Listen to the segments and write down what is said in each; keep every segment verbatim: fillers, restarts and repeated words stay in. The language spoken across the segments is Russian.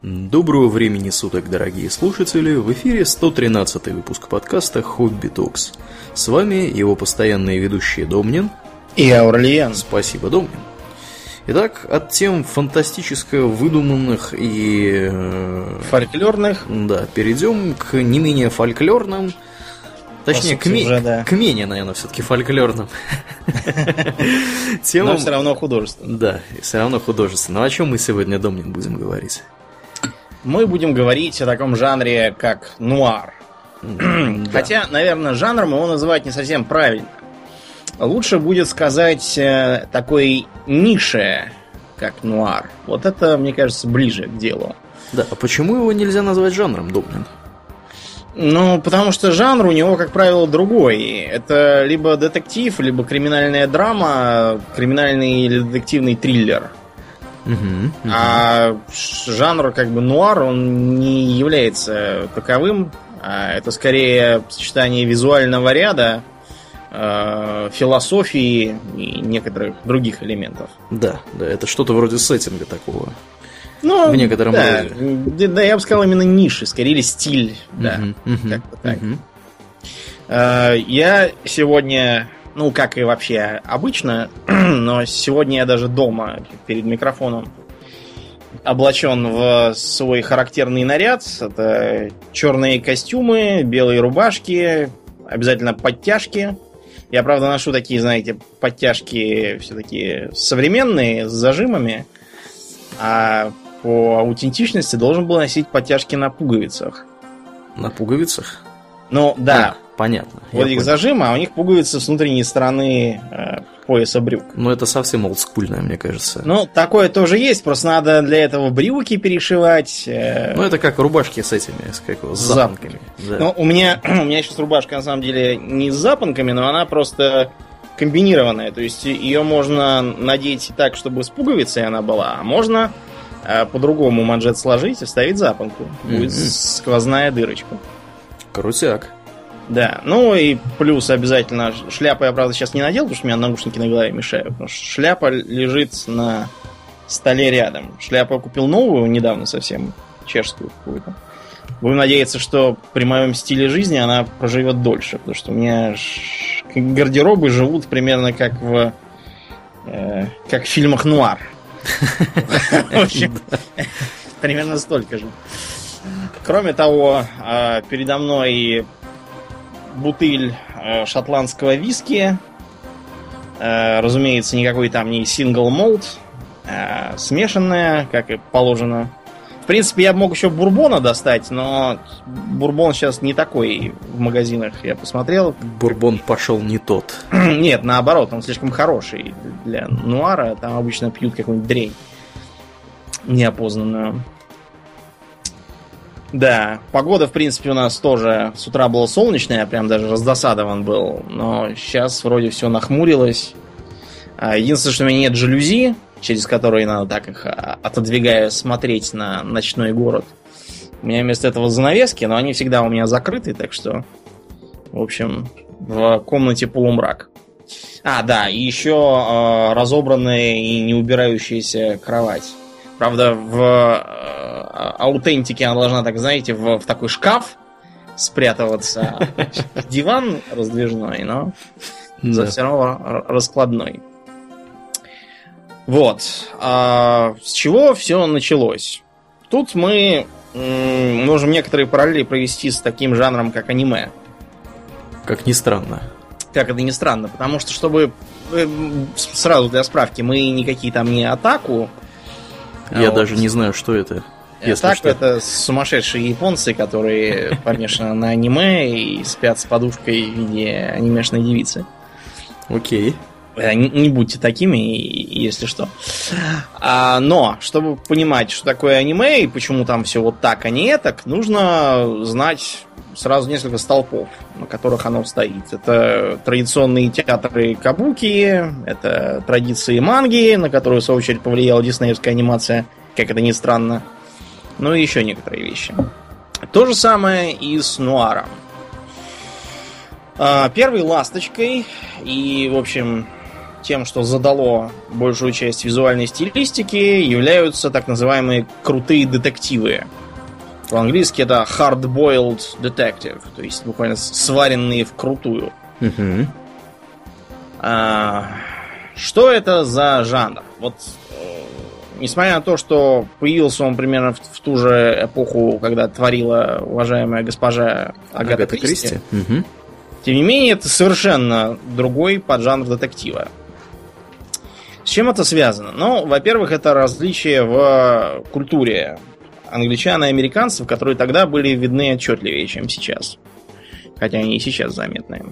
Доброго времени суток, дорогие слушатели! В эфире сто тринадцатый выпуск подкаста «Хобби Токс». С вами его постоянные ведущие Домнин и Аурлиен. Спасибо, Домнин. Итак, от тем фантастически выдуманных и... фольклорных. Да, перейдем к не менее фольклорным. Точнее, к, ми... уже, да. к менее, наверное, все-таки фольклорным. Но все равно художественно. Да, все равно художественно. О чем мы сегодня, Домнин, будем говорить? Мы будем говорить о таком жанре, как нуар. Да. Хотя, наверное, жанром его называть не совсем правильно. Лучше будет сказать такой нише, как нуар. Вот это, мне кажется, ближе к делу. Да, а почему его нельзя назвать жанром, Домнин? Ну, потому что жанр у него, как правило, другой. Это либо детектив, либо криминальная драма, криминальный или детективный триллер. Угу, угу. А жанр, как бы, нуар, он не является таковым. А это скорее сочетание визуального ряда, э, философии и некоторых других элементов. Да, да, это что-то вроде сеттинга такого. Ну, в некотором да, роде. Да, я бы сказал именно ниши, скорее, или стиль. Да, угу, угу, как-то так. Угу. Э, я сегодня... Ну, как и вообще обычно, но сегодня я даже дома перед микрофоном облачен в свой характерный наряд. Это черные костюмы, белые рубашки, обязательно подтяжки. Я, правда, ношу такие, знаете, подтяжки все-таки современные, с зажимами. А по аутентичности должен был носить подтяжки на пуговицах. На пуговицах? Ну, да. А, понятно. Вот их зажимы, а у них пуговицы с внутренней стороны э, пояса брюк. Ну, это совсем олдскульное, мне кажется. Ну, такое тоже есть, просто надо для этого брюки перешивать. Э... Ну, это как рубашки с этими, с, как, с запонками. Да. Ну, у меня, у меня сейчас рубашка, на самом деле, не с запонками, но она просто комбинированная. То есть ее можно надеть так, чтобы с пуговицей она была, а можно э, по-другому манжет сложить и вставить запонку. Будет mm-hmm. сквозная дырочка. Крутяк. Да, ну и плюс обязательно шляпу я, правда, сейчас не надел, потому что у меня наушники на голове мешают. Потому что шляпа лежит на столе рядом. Шляпу я купил новую недавно совсем, чешскую какую-то. Будем надеяться, что при моем стиле жизни она проживет дольше, потому что у меня гардеробы живут примерно как в э, как в фильмах нуар. В общем, примерно столько же. Кроме того, передо мной бутыль шотландского виски. Разумеется, никакой там не сингл молт, смешанная, как и положено. В принципе, я мог еще бурбона достать, но бурбон сейчас не такой в магазинах, я посмотрел. Бурбон пошел не тот. Нет, наоборот, он слишком хороший для нуара. Там обычно пьют какую-нибудь дрянь неопознанную. Да, погода, в принципе, у нас тоже с утра была солнечная, я прям даже раздосадован был, но сейчас вроде все нахмурилось. Единственное, что у меня нет жалюзи, через которые надо так их, отодвигая, смотреть на ночной город. У меня вместо этого занавески, но они всегда у меня закрыты, так что, в общем, в комнате полумрак. А, да, и еще э, разобранная и не убирающаяся кровать. Правда, в аутентике она должна, так знаете, в, в такой шкаф спрятываться. Диван раздвижной, но да. Все равно раскладной. Вот. А с чего все началось? Тут мы м- можем некоторые параллели провести с таким жанром, как аниме. Как ни странно. Как это ни странно, потому что, чтобы... Сразу для справки, мы никакие там не атаку. Я вот. даже не знаю, что это. Если так, что. Это сумасшедшие японцы, которые помешаны на аниме и спят с подушкой в виде анимешной девицы. Окей. Не, не будьте такими, если что. А, но, чтобы понимать, что такое аниме и почему там все вот так, а не этак, нужно знать сразу несколько столпов, на которых оно стоит. Это традиционные театры кабуки, это традиции манги, на которую, в свою очередь, повлияла диснеевская анимация, как это ни странно. Ну и еще некоторые вещи. То же самое и с нуаром. Первой ласточкой и, в общем, тем, что задало большую часть визуальной стилистики, являются так называемые крутые детективы. По-английски это hard-boiled detective, то есть буквально сваренные вкрутую. Угу. А, что это за жанр? Вот, э, несмотря на то, что появился он примерно в, в ту же эпоху, когда творила уважаемая госпожа Агата, Агата Кристи, Кристи. Угу. Тем не менее, это совершенно другой поджанр детектива. С чем это связано? Ну, во-первых, это различие в культуре англичан и американцев, которые тогда были видны отчетливее, чем сейчас. Хотя они и сейчас заметны.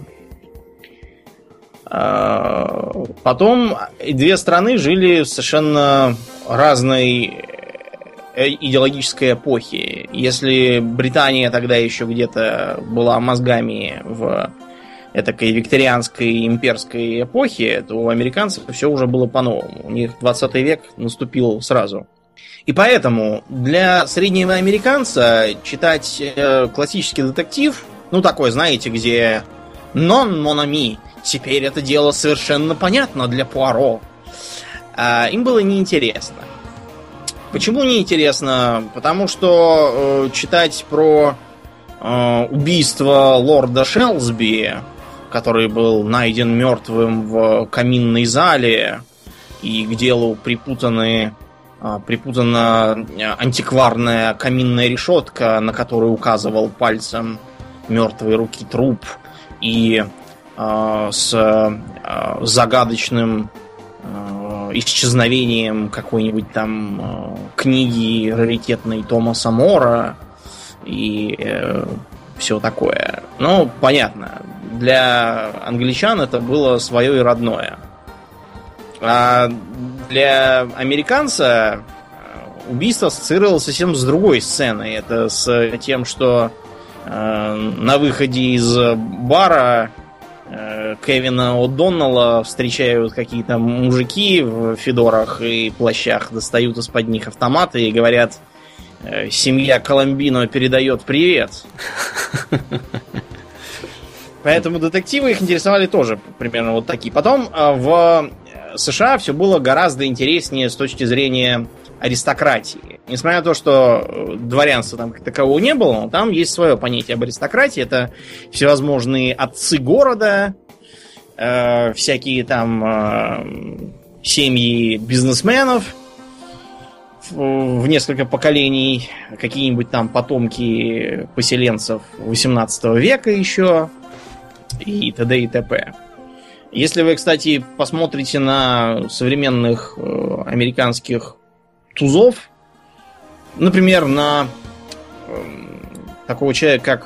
Потом две страны жили в совершенно разной идеологической эпохи. Если Британия тогда еще где-то была мозгами в этакой викторианской имперской эпохе, то у американцев все уже было по-новому. У них двадцатый век наступил сразу. И поэтому для среднего американца читать э, классический детектив, ну такой, знаете, где «Non mon ami», теперь это дело совершенно понятно для Пуаро, э, им было неинтересно. Почему неинтересно? Потому что э, читать про э, убийство лорда Шелсби, который был найден мертвым в каминной зале, и к делу припутаны, э, припутана антикварная каминная решетка, на которую указывал пальцем мертвой руки труп, и э, с э, загадочным исчезновением какой-нибудь там э, книги раритетной Томаса Мора и э, все такое. Ну, понятно, для англичан это было свое и родное. А для американца убийство ассоциировалось совсем с другой сценой. Это с тем, что э, на выходе из бара Кевина О'Доннелла встречают какие-то мужики в федорах и плащах, достают из-под них автоматы и говорят: «Семья Коломбино передает привет». Поэтому детективы их интересовали тоже примерно вот такие. Потом в США все было гораздо интереснее с точки зрения аристократии. Несмотря на то, что дворянства там как такового не было, но там есть свое понятие об аристократии. Это всевозможные отцы города, э, всякие там э, семьи бизнесменов в, в несколько поколений, какие-нибудь там потомки поселенцев восемнадцатого века еще, и т.д. и т.п. Если вы, кстати, посмотрите на современных э, американских тузов, например, на э, такого человека, как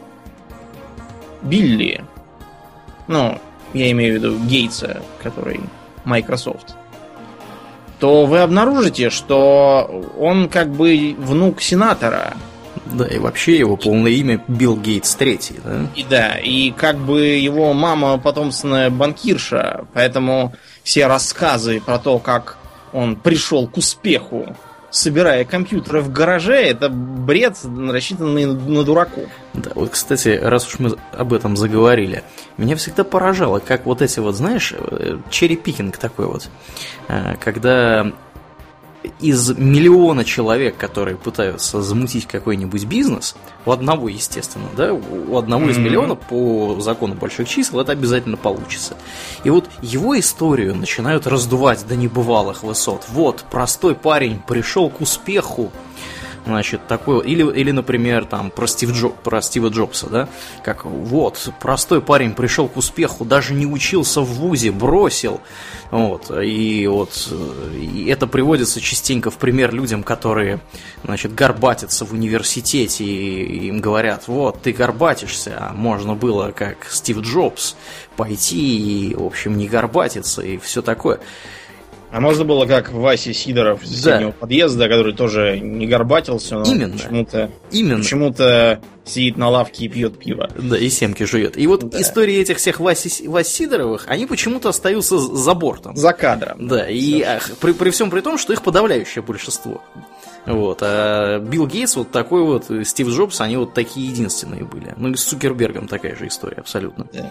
Билли, ну, я имею в виду Гейтса, который Microsoft, то вы обнаружите, что он как бы внук сенатора. Да, и вообще его полное имя Билл Гейтс третий, да? И да, и как бы его мама потомственная банкирша, поэтому все рассказы про то, как он пришел к успеху, собирая компьютеры в гараже, это бред, рассчитанный на дураков. Да, вот, кстати, раз уж мы об этом заговорили, меня всегда поражало, как вот эти вот, знаешь, черри-пикинг такой вот, когда из миллиона человек, которые пытаются замутить какой-нибудь бизнес, у одного, естественно, да, у одного mm-hmm. из миллиона по закону больших чисел это обязательно получится. И вот его историю начинают раздувать до небывалых высот. Вот, простой парень пришел к успеху, значит, такой, или, или, например, там, про, Стив Джоб, про Стива Джобса, да, как вот, простой парень пришел к успеху, даже не учился в вузе, бросил, вот, и вот, и это приводится частенько в пример людям, которые, значит, горбатятся в университете, и им говорят: вот, ты горбатишься, а можно было, как Стив Джобс, пойти и, в общем, не горбатиться, и все такое. А можно было как Вася Сидоров из соседнего да. подъезда, который тоже не горбатился, но Именно. почему-то, Именно. почему-то сидит на лавке и пьет пиво. Да, и семки жует. И вот да. истории этих всех Васи, Вась Сидоровых, они почему-то остаются за бортом. За кадром. Да, и при, при всем при том, что их подавляющее большинство. Вот. А Билл Гейтс, вот такой вот, Стив Джобс, они вот такие единственные были. Ну и с Цукербергом такая же история, абсолютно. Да.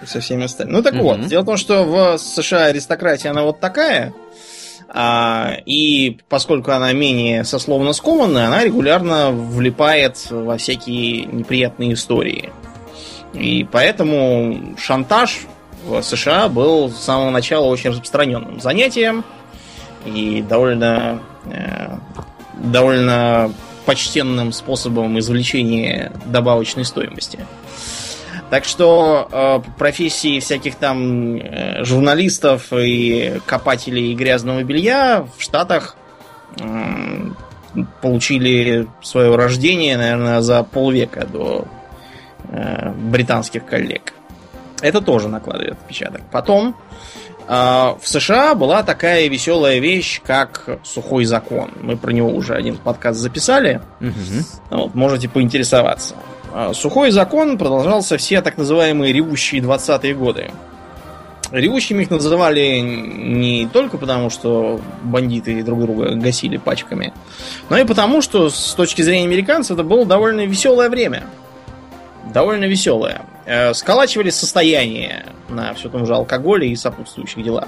со всеми остальными. Ну так mm-hmm. вот, дело в том, что в США аристократия, она вот такая, а, и поскольку она менее сословно скованная, она регулярно влипает во всякие неприятные истории. И поэтому шантаж в США был с самого начала очень распространенным занятием и довольно, э, довольно почтенным способом извлечения добавочной стоимости. Так что э, профессии всяких там э, журналистов и копателей грязного белья в Штатах э, получили свое рождение, наверное, за полвека до э, британских коллег. Это тоже накладывает отпечаток. Потом э, в США была такая веселая вещь, как сухой закон. Мы про него уже один подкаст записали. Mm-hmm. Вот, можете поинтересоваться. Сухой закон продолжался все так называемые ревущие двадцатые годы. Ревущими их называли не только потому, что бандиты друг друга гасили пачками, но и потому, что с точки зрения американцев это было довольно веселое время. Довольно веселое. Сколачивали состояние на все том же алкоголе и сопутствующих делах.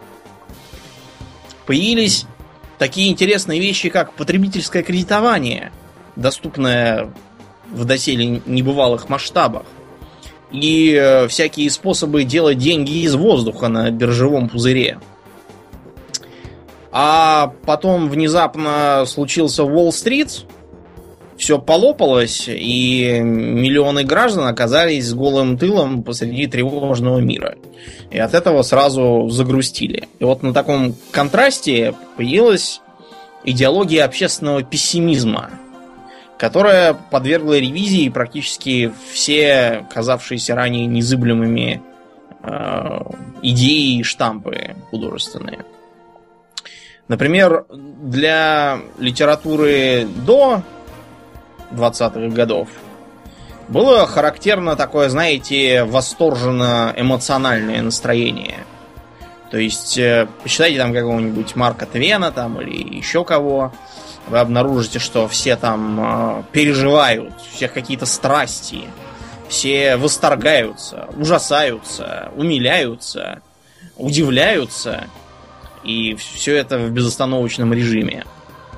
Появились такие интересные вещи, как потребительское кредитование, доступное в доселе небывалых масштабах, и э, всякие способы делать деньги из воздуха на биржевом пузыре. А потом внезапно случился Уолл-стрит, все полопалось, и миллионы граждан оказались с голым тылом посреди тревожного мира. И от этого сразу загрустили. И вот на таком контрасте появилась идеология общественного пессимизма, которая подвергла ревизии практически все казавшиеся ранее незыблемыми э, идеи и штампы художественные. Например, для литературы до двадцатых годов было характерно такое, знаете, восторженно-эмоциональное настроение. То есть, э, почитайте там какого-нибудь Марка Твена там, или еще кого, вы обнаружите, что все там э, переживают, у всех какие-то страсти, все восторгаются, ужасаются, умиляются, удивляются, и все это в безостановочном режиме.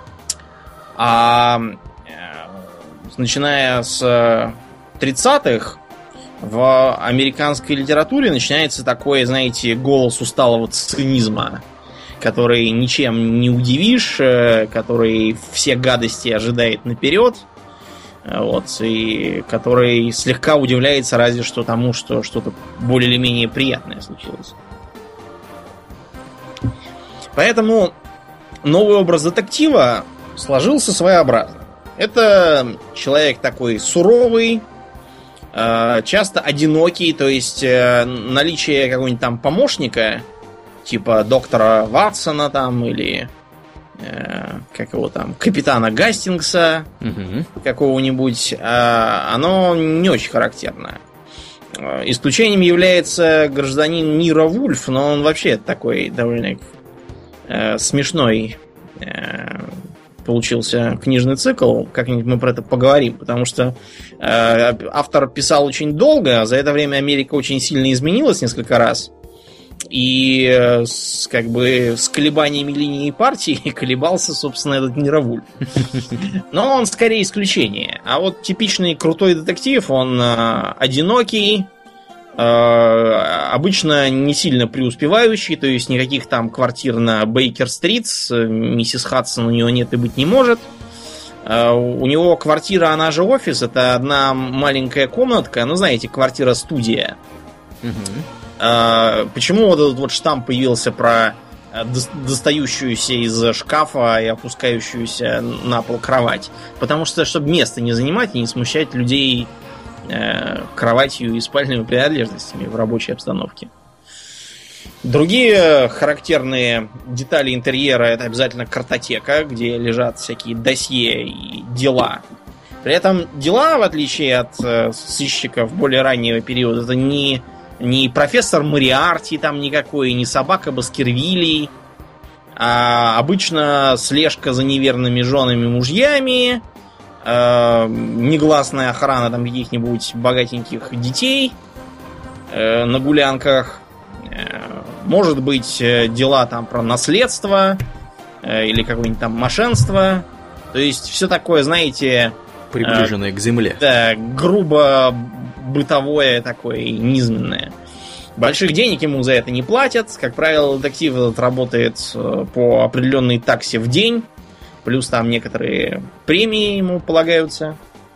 А э, начиная с тридцатых в американской литературе начинается такой, знаете, голос усталого цинизма, который ничем не удивишь, который все гадости ожидает наперед, вот, и который слегка удивляется разве что тому, что что-то более или менее приятное случилось. Поэтому новый образ детектива сложился своеобразно. Это человек такой суровый, часто одинокий, то есть наличие какого-нибудь там помощника, типа доктора Ватсона там, или э, как его там, капитана Гастингса, угу. какого-нибудь, э, оно не очень характерно. Исключением является гражданин Ниро Вульф, но он вообще такой довольно э, смешной э, получился книжный цикл. Как-нибудь мы про это поговорим, потому что э, автор писал очень долго, за это время Америка очень сильно изменилась несколько раз. И с, как бы с колебаниями линии партии колебался, собственно, этот Ниро Вульф. Но он скорее исключение. А вот типичный крутой детектив, он э, одинокий, э, обычно не сильно преуспевающий, то есть никаких там квартир на Бейкер-стрит, миссис Хадсон у него нет и быть не может. Э, у него квартира, она же офис, это одна маленькая комнатка, ну, знаете, квартира-студия. Угу. Почему вот этот вот штамп появился про достающуюся из шкафа и опускающуюся на пол кровать? Потому что, чтобы место не занимать и не смущать людей э, кроватью и спальными принадлежностями в рабочей обстановке. Другие характерные детали интерьера — это обязательно картотека, где лежат всякие досье и дела. При этом дела, в отличие от э, сыщиков более раннего периода, это не Не профессор Мориарти там никакой, не собака Баскервилей, а обычно слежка за неверными женами, мужьями, э, негласная охрана там каких-нибудь богатеньких детей, э, на гулянках. Э, может быть, э, дела там про наследство э, или какое-нибудь там мошенство. То есть все такое, знаете... Приближенное э, к земле. Да, грубо бытовое такое, низменное. Больших денег ему за это не платят. Как правило, детектив этот работает по определенной таксе в день. Плюс там некоторые премии ему полагаются.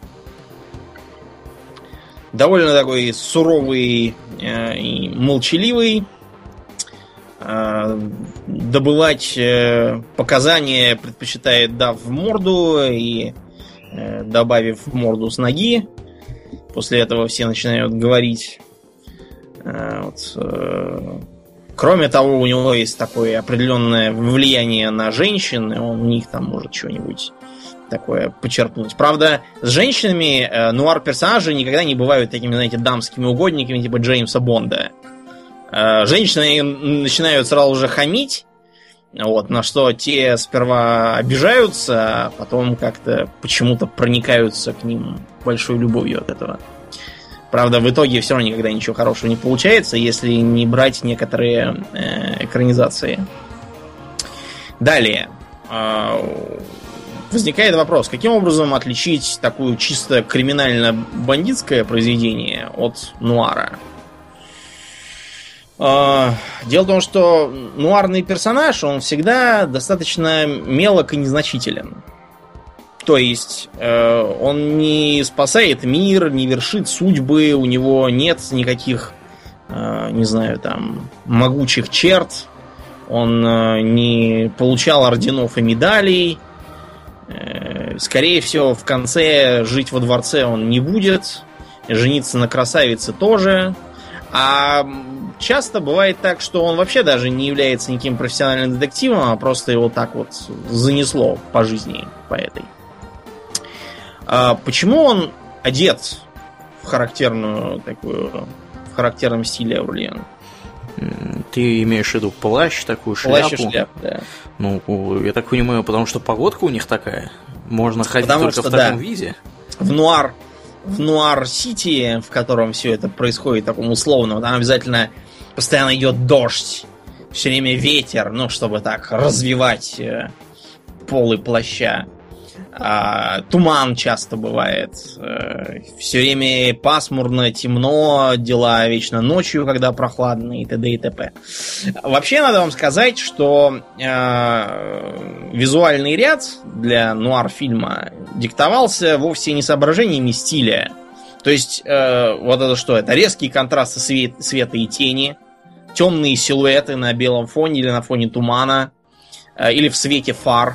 Довольно такой суровый э, и молчаливый. Э, добывать э, показания предпочитает, дав в морду и э, добавив в морду с ноги. После этого все начинают говорить. Э, вот, э, кроме того, у него есть такое определенное влияние на женщин, и он у них там может что-нибудь такое почерпнуть. Правда, с женщинами э, нуар-персонажи никогда не бывают такими, знаете, дамскими угодниками, типа Джеймса Бонда. Э, женщины начинают сразу же хамить, вот, на что те сперва обижаются, а потом как-то почему-то проникаются к ним большой любовью от этого. Правда, в итоге все равно никогда ничего хорошего не получается, если не брать некоторые э, экранизации. Далее. Э, возникает вопрос, каким образом отличить такое чисто криминально-бандитское произведение от нуара? Э, дело в том, что нуарный персонаж, он всегда достаточно мелок и незначителен. То есть э, он не спасает мир, не вершит судьбы, у него нет никаких, э, не знаю, там, могучих черт, он э, не получал орденов и медалей. Э, скорее всего, в конце жить во дворце он не будет, жениться на красавице тоже. А часто бывает так, что он вообще даже не является никаким профессиональным детективом, а просто его так вот занесло по жизни, по этой. А почему он одет в характерную такую, в характерном стиле Аурлиен? Ты имеешь в виду плащ, такую шляпу? Плащ и шляпа, да. Ну, я так понимаю, потому что погодка у них такая. Можно ходить потому только что, в таком да. виде. В нуар, в нуар-сити, в котором все это происходит, таком условном, там обязательно постоянно идет дождь, все время ветер, ну, чтобы так развивать полы плаща. А, туман часто бывает. Все время пасмурно, темно, дела вечно ночью, когда прохладно и т.д. и т.п. Вообще, надо вам сказать, что э, визуальный ряд для нуар-фильма диктовался вовсе не соображениями стиля. То есть, э, вот это что? Это резкие контрасты свет, света и тени, темные силуэты на белом фоне или на фоне тумана, э, или в свете фар.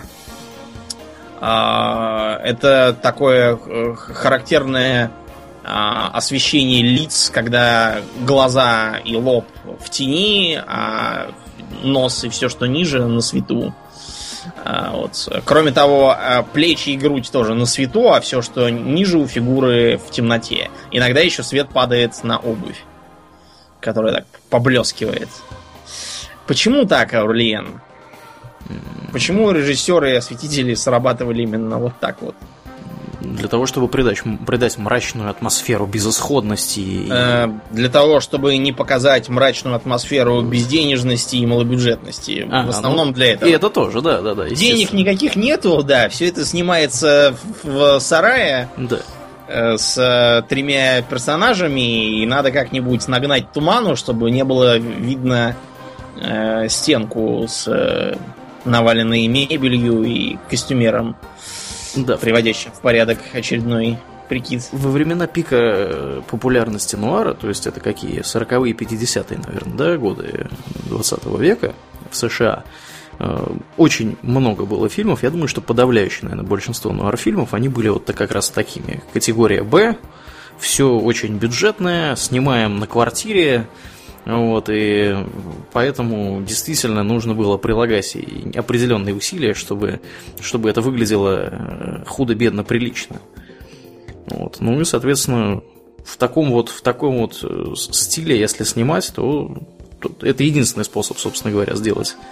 Это такое характерное освещение лиц, когда глаза и лоб в тени, а нос и все, что ниже, на свету. Вот. Кроме того, плечи и грудь тоже на свету, а все, что ниже у фигуры, в темноте. Иногда еще свет падает на обувь, которая так поблескивает. Почему так, Аурлиен? Почему режиссеры и осветители срабатывали именно вот так вот? Для того, чтобы придать, придать мрачную атмосферу безысходности. Э, для того, чтобы не показать мрачную атмосферу безденежности и малобюджетности. А, в основном ну, для этого. И это тоже, да, да, да. Денег никаких нету, да. Все это снимается в, в сарае. Да. Э, с тремя персонажами. И надо как-нибудь нагнать туману, чтобы не было видно э, стенку с э, наваленной мебелью и костюмером. Да. Приводящим в порядок очередной прикид. Во времена пика популярности нуара, то есть это какие? сороковые, пятидесятые, наверное, да, годы двадцатого века в США, очень много было фильмов. Я думаю, что подавляющее, наверное, большинство нуар-фильмов, они были вот как раз такими. Категория Б, все очень бюджетное, снимаем на квартире. Вот, и поэтому действительно нужно было прилагать определенные усилия, чтобы, чтобы это выглядело худо-бедно прилично. Вот. Ну и, соответственно, в таком вот, в таком вот стиле, если снимать, то, то это единственный способ, собственно говоря, сделать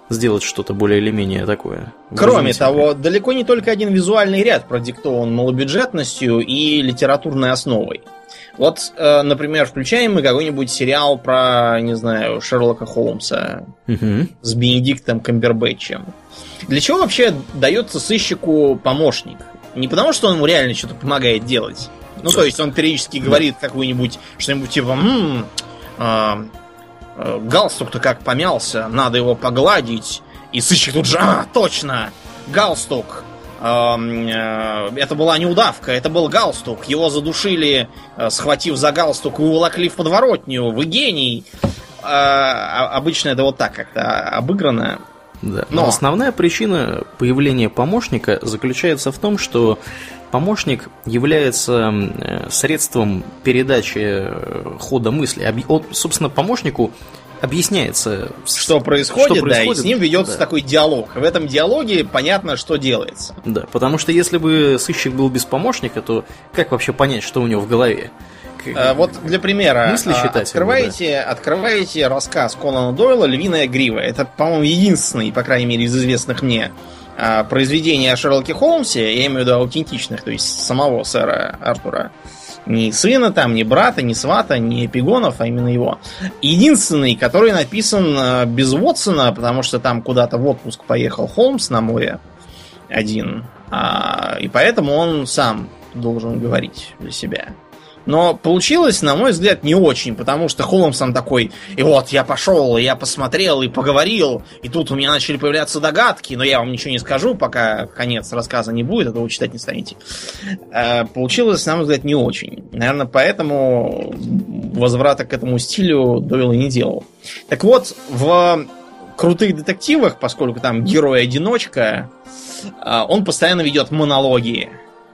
сделать что-то более или менее такое. Кроме того, далеко не только один визуальный ряд продиктован малобюджетностью и литературной основой. Вот, э, например, включаем мы какой-нибудь сериал про, не знаю, Шерлока Холмса угу. с Бенедиктом Камбербэтчем. Для чего вообще дается сыщику помощник? Не потому, что он ему реально что-то помогает делать. Ну, то есть он периодически говорит да. какую-нибудь, что-нибудь типа «М-м, э, э, галстук-то как помялся, надо его погладить». И сыщик тут же «А, точно! Галстук!» Это была не удавка, это был галстук. Его задушили, схватив за галстук, и уволокли в подворотню. Вы гений. Обычно это вот так как-то обыграно. Да. Но... Но основная причина появления помощника заключается в том, что помощник является средством передачи хода мысли. Он, собственно, помощнику объясняется, что происходит, что происходит, да, и с ним ведется да. такой диалог. В этом диалоге понятно, что делается. Да, потому что если бы сыщик был без помощника, то как вообще понять, что у него в голове? А, вот для примера, мысли считать открываете, да. открываете рассказ Конана Дойла «Львиная грива». Это, по-моему, единственный, по крайней мере, из известных мне произведений о Шерлоке Холмсе, я имею в виду аутентичных, то есть самого сэра Артура. Ни сына там, ни брата, ни свата, ни эпигонов, а именно его. Единственный, который написан без Вотсона, потому что там куда-то в отпуск поехал Холмс на море один. А, и поэтому он сам должен говорить за себя. Но получилось, на мой взгляд, не очень, потому что Холмс там такой, и вот я пошел, и я посмотрел, и поговорил, и тут у меня начали появляться догадки, но я вам ничего не скажу, пока конец рассказа не будет, это вы читать не станете. Получилось, на мой взгляд, не очень. Наверное, поэтому возврата к этому стилю Дойл и не делал. Так вот, в крутых детективах, поскольку там герой-одиночка, он постоянно ведет монологи.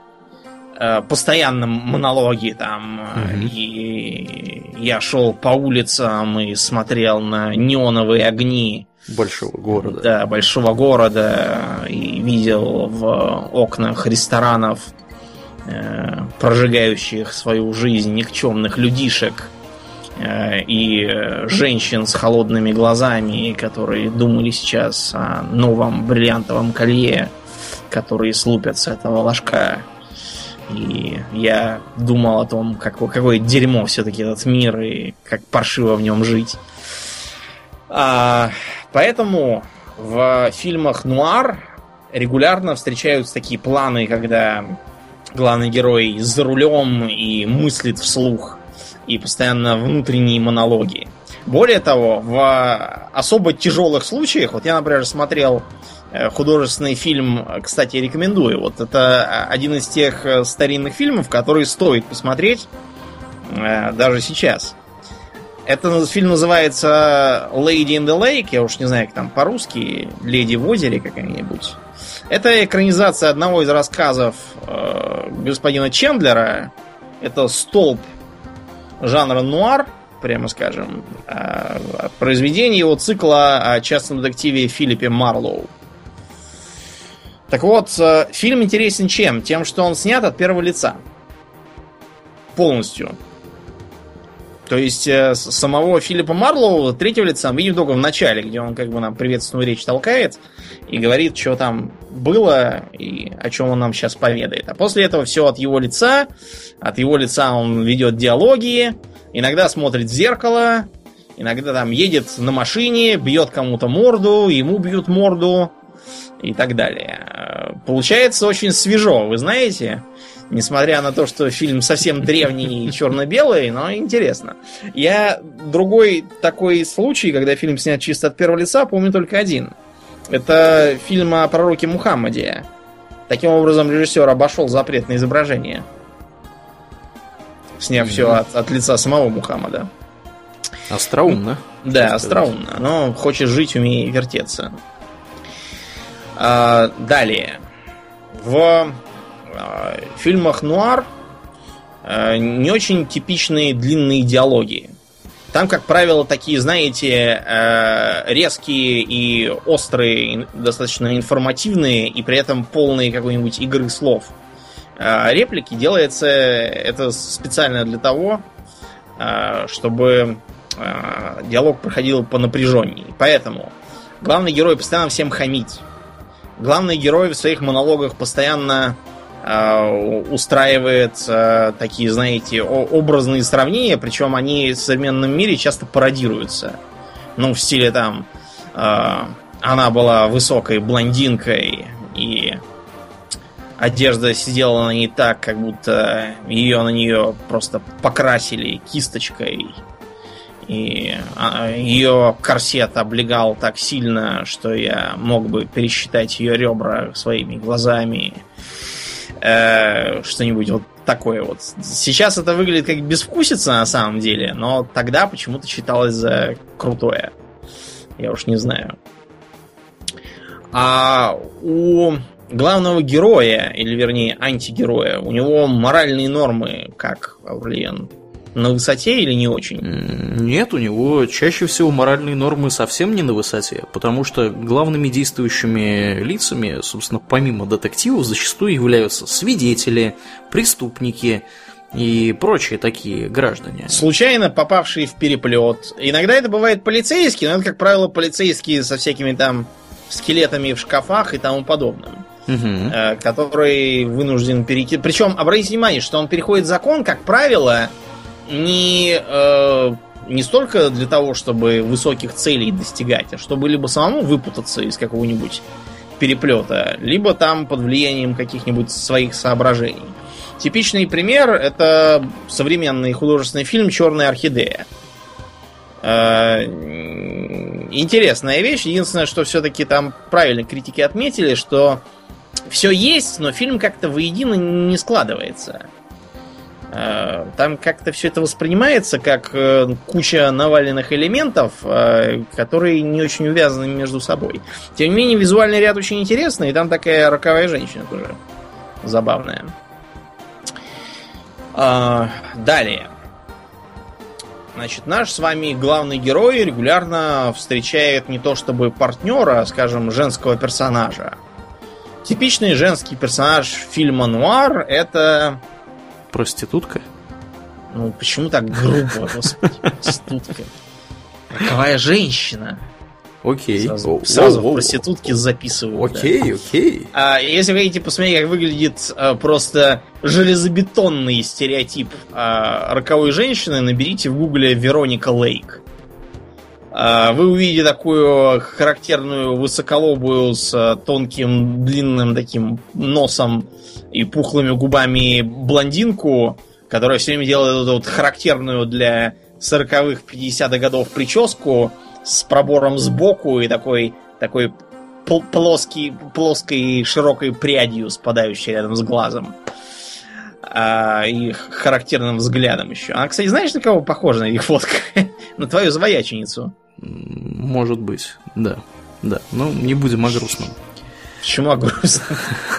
Постоянно монологи там. Mm-hmm. И я шел по улицам и смотрел на неоновые огни большого города. Да, большого города. И видел в окнах ресторанов, э, прожигающих свою жизнь никчемных людишек, э, и женщин с холодными глазами, которые думали сейчас о новом бриллиантовом колье, которые слупят с этого ложка. И я думал о том, как, какое дерьмо все-таки этот мир и как паршиво в нем жить. А, поэтому в фильмах нуар регулярно встречаются такие планы, когда главный герой за рулем и мыслит вслух, и постоянно внутренние монологи. Более того, в особо тяжелых случаях, вот я, например, смотрел художественный фильм, кстати, рекомендую. Вот это один из тех старинных фильмов, которые стоит посмотреть э, даже сейчас. Это фильм называется Lady in the Lake. Я уж не знаю, как там по-русски. Леди в озере какая-нибудь. Это экранизация одного из рассказов э, господина Чендлера. Это столб жанра нуар, прямо скажем. Э, произведение его цикла о частном детективе Филиппе Марлоу. Так вот, фильм интересен чем? Тем, что он снят от первого лица. Полностью. То есть, самого Филиппа Марлоу третьего лица мы видим только в начале, где он как бы нам приветственную речь толкает и говорит, что там было и о чем он нам сейчас поведает. А после этого все от его лица. От его лица он ведет диалоги, иногда смотрит в зеркало, иногда там едет на машине, бьет кому-то морду, ему бьют морду. И так далее. Получается очень свежо, вы знаете, несмотря на то, что фильм совсем древний и черно-белый, но интересно. Я другой такой случай, когда фильм снят чисто от первого лица, помню только один. Это фильм о пророке Мухаммаде. Таким образом, режиссер обошел запрет на изображение, сняв mm-hmm. все от, от лица самого Мухаммада. Остроумно. Да, остроумно. Но хочешь жить, умей вертеться. А, далее. В а, фильмах нуар а, не очень типичные длинные диалоги. Там, как правило, такие, знаете, а, резкие и острые, достаточно информативные, и при этом полные какой-нибудь игры слов. А, реплики делается это специально для того, а, чтобы а, диалог проходил по напряженней. Поэтому Главный герой постоянно всем хамит. Главный герой в своих монологах постоянно э, устраивает э, такие, знаете, образные сравнения, причем они в современном мире часто пародируются. Ну, в стиле там э, она была высокой блондинкой, и одежда сидела на ней так, как будто ее на нее просто покрасили кисточкой. И ее корсет облегал так сильно, что я мог бы пересчитать ее ребра своими глазами. Э, что-нибудь вот такое вот. Сейчас это выглядит как безвкусица на самом деле, но тогда почему-то считалось за крутое. Я уж не знаю. А у главного героя, или вернее антигероя, у него моральные нормы, как Аурлиен, на высоте или не очень? Нет, у него чаще всего моральные нормы совсем не на высоте, потому что главными действующими лицами, собственно, помимо детективов, зачастую являются свидетели, преступники и прочие такие граждане. Случайно попавшие в переплет. Иногда это бывает полицейские, но это, как правило, полицейские со всякими там скелетами в шкафах и тому подобным. Угу. Который вынужден перейти. Причем, обратите внимание, что он переходит закон, как правило, не, э, не столько для того, чтобы высоких целей достигать, а чтобы либо самому выпутаться из какого-нибудь переплета, либо там под влиянием каких-нибудь своих соображений. Типичный пример — это современный художественный фильм «Черная орхидея». Э, интересная вещь. Единственное, что все-таки там правильно критики отметили, что все есть, но фильм как-то воедино не складывается. Там как-то все это воспринимается как куча наваленных элементов, которые не очень увязаны между собой. Тем не менее, визуальный ряд очень интересный, и там такая роковая женщина тоже забавная. Далее. Значит, наш с вами главный герой регулярно встречает не то чтобы партнера, а, скажем, женского персонажа. Типичный женский персонаж фильма «Нуар» — это... Проститутка? Ну, почему так грубо, господи, проститутка? Роковая женщина. Окей. Сразу, сразу в проститутки записывают. Окей, да. окей. А если вы хотите посмотреть, как выглядит а, просто железобетонный стереотип а, роковой женщины, наберите в гугле Вероника Лейк. А, вы увидите такую характерную высоколобую с а, тонким длинным таким носом и пухлыми губами блондинку, которая все время делает эту вот характерную для сороковых, пятидесятых годов прическу с пробором сбоку и такой, такой плоский, плоской широкой прядью, спадающей рядом с глазом. А, и характерным взглядом еще. Она, кстати, знаешь, на кого похожа на их фотка? На твою свояченицу. Может быть, да. Да, ну не будем о грустном. Почему о грустном?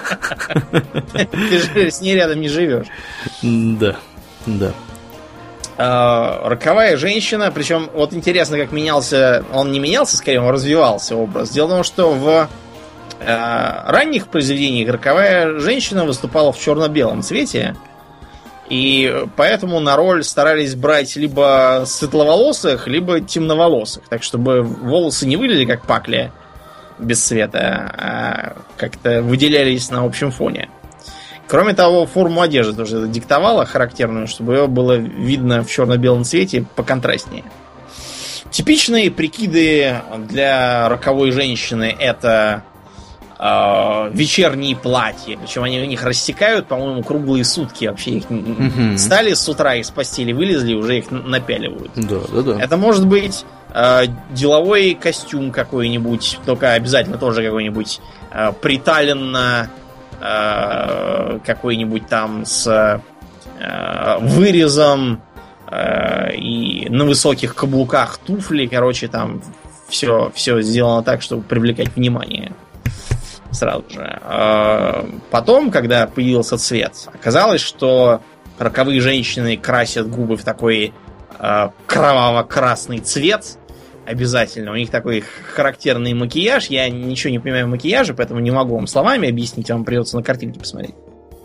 Ты же с ней рядом не живешь. Да, да. Роковая женщина, причем вот интересно, как менялся, он не менялся, скорее, он развивался образ. Дело в том, что в э, ранних произведениях роковая женщина выступала в черно-белом цвете, и поэтому на роль старались брать либо светловолосых, либо темноволосых, так чтобы волосы не выглядели как пакля без цвета, а как-то выделялись на общем фоне. Кроме того, форму одежды тоже это диктовало характерную, чтобы ее было видно в черно-белом цвете поконтрастнее. Типичные прикиды для роковой женщины — это э, вечерние платья. Причем они у них рассекают, по-моему, круглые сутки. Вообще их mm-hmm. стали с утра из постели, вылезли, уже их напяливают. Да, да, да. Это может быть э, деловой костюм какой-нибудь, только обязательно тоже какой-нибудь э, приталенно какой-нибудь там с э, вырезом э, и на высоких каблуках туфли, короче, там все, все сделано так, чтобы привлекать внимание сразу же. Э, потом, когда появился цвет, оказалось, что роковые женщины красят губы в такой э, кроваво-красный цвет. Обязательно. У них такой характерный макияж. Я ничего не понимаю в макияже, поэтому не могу вам словами объяснить. Вам придется на картинке посмотреть.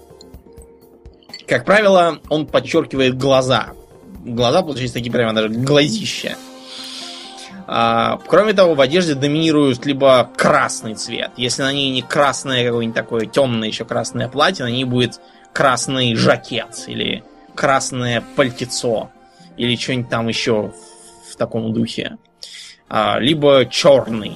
Как правило, он подчеркивает глаза. Глаза получились такие прямо даже глазища. А, кроме того, в одежде доминирует либо красный цвет. Если на ней не красное какое-нибудь такое темное еще красное платье, на ней будет красный жакет или красное пальтецо или что-нибудь там еще в, в таком духе. А, либо черный.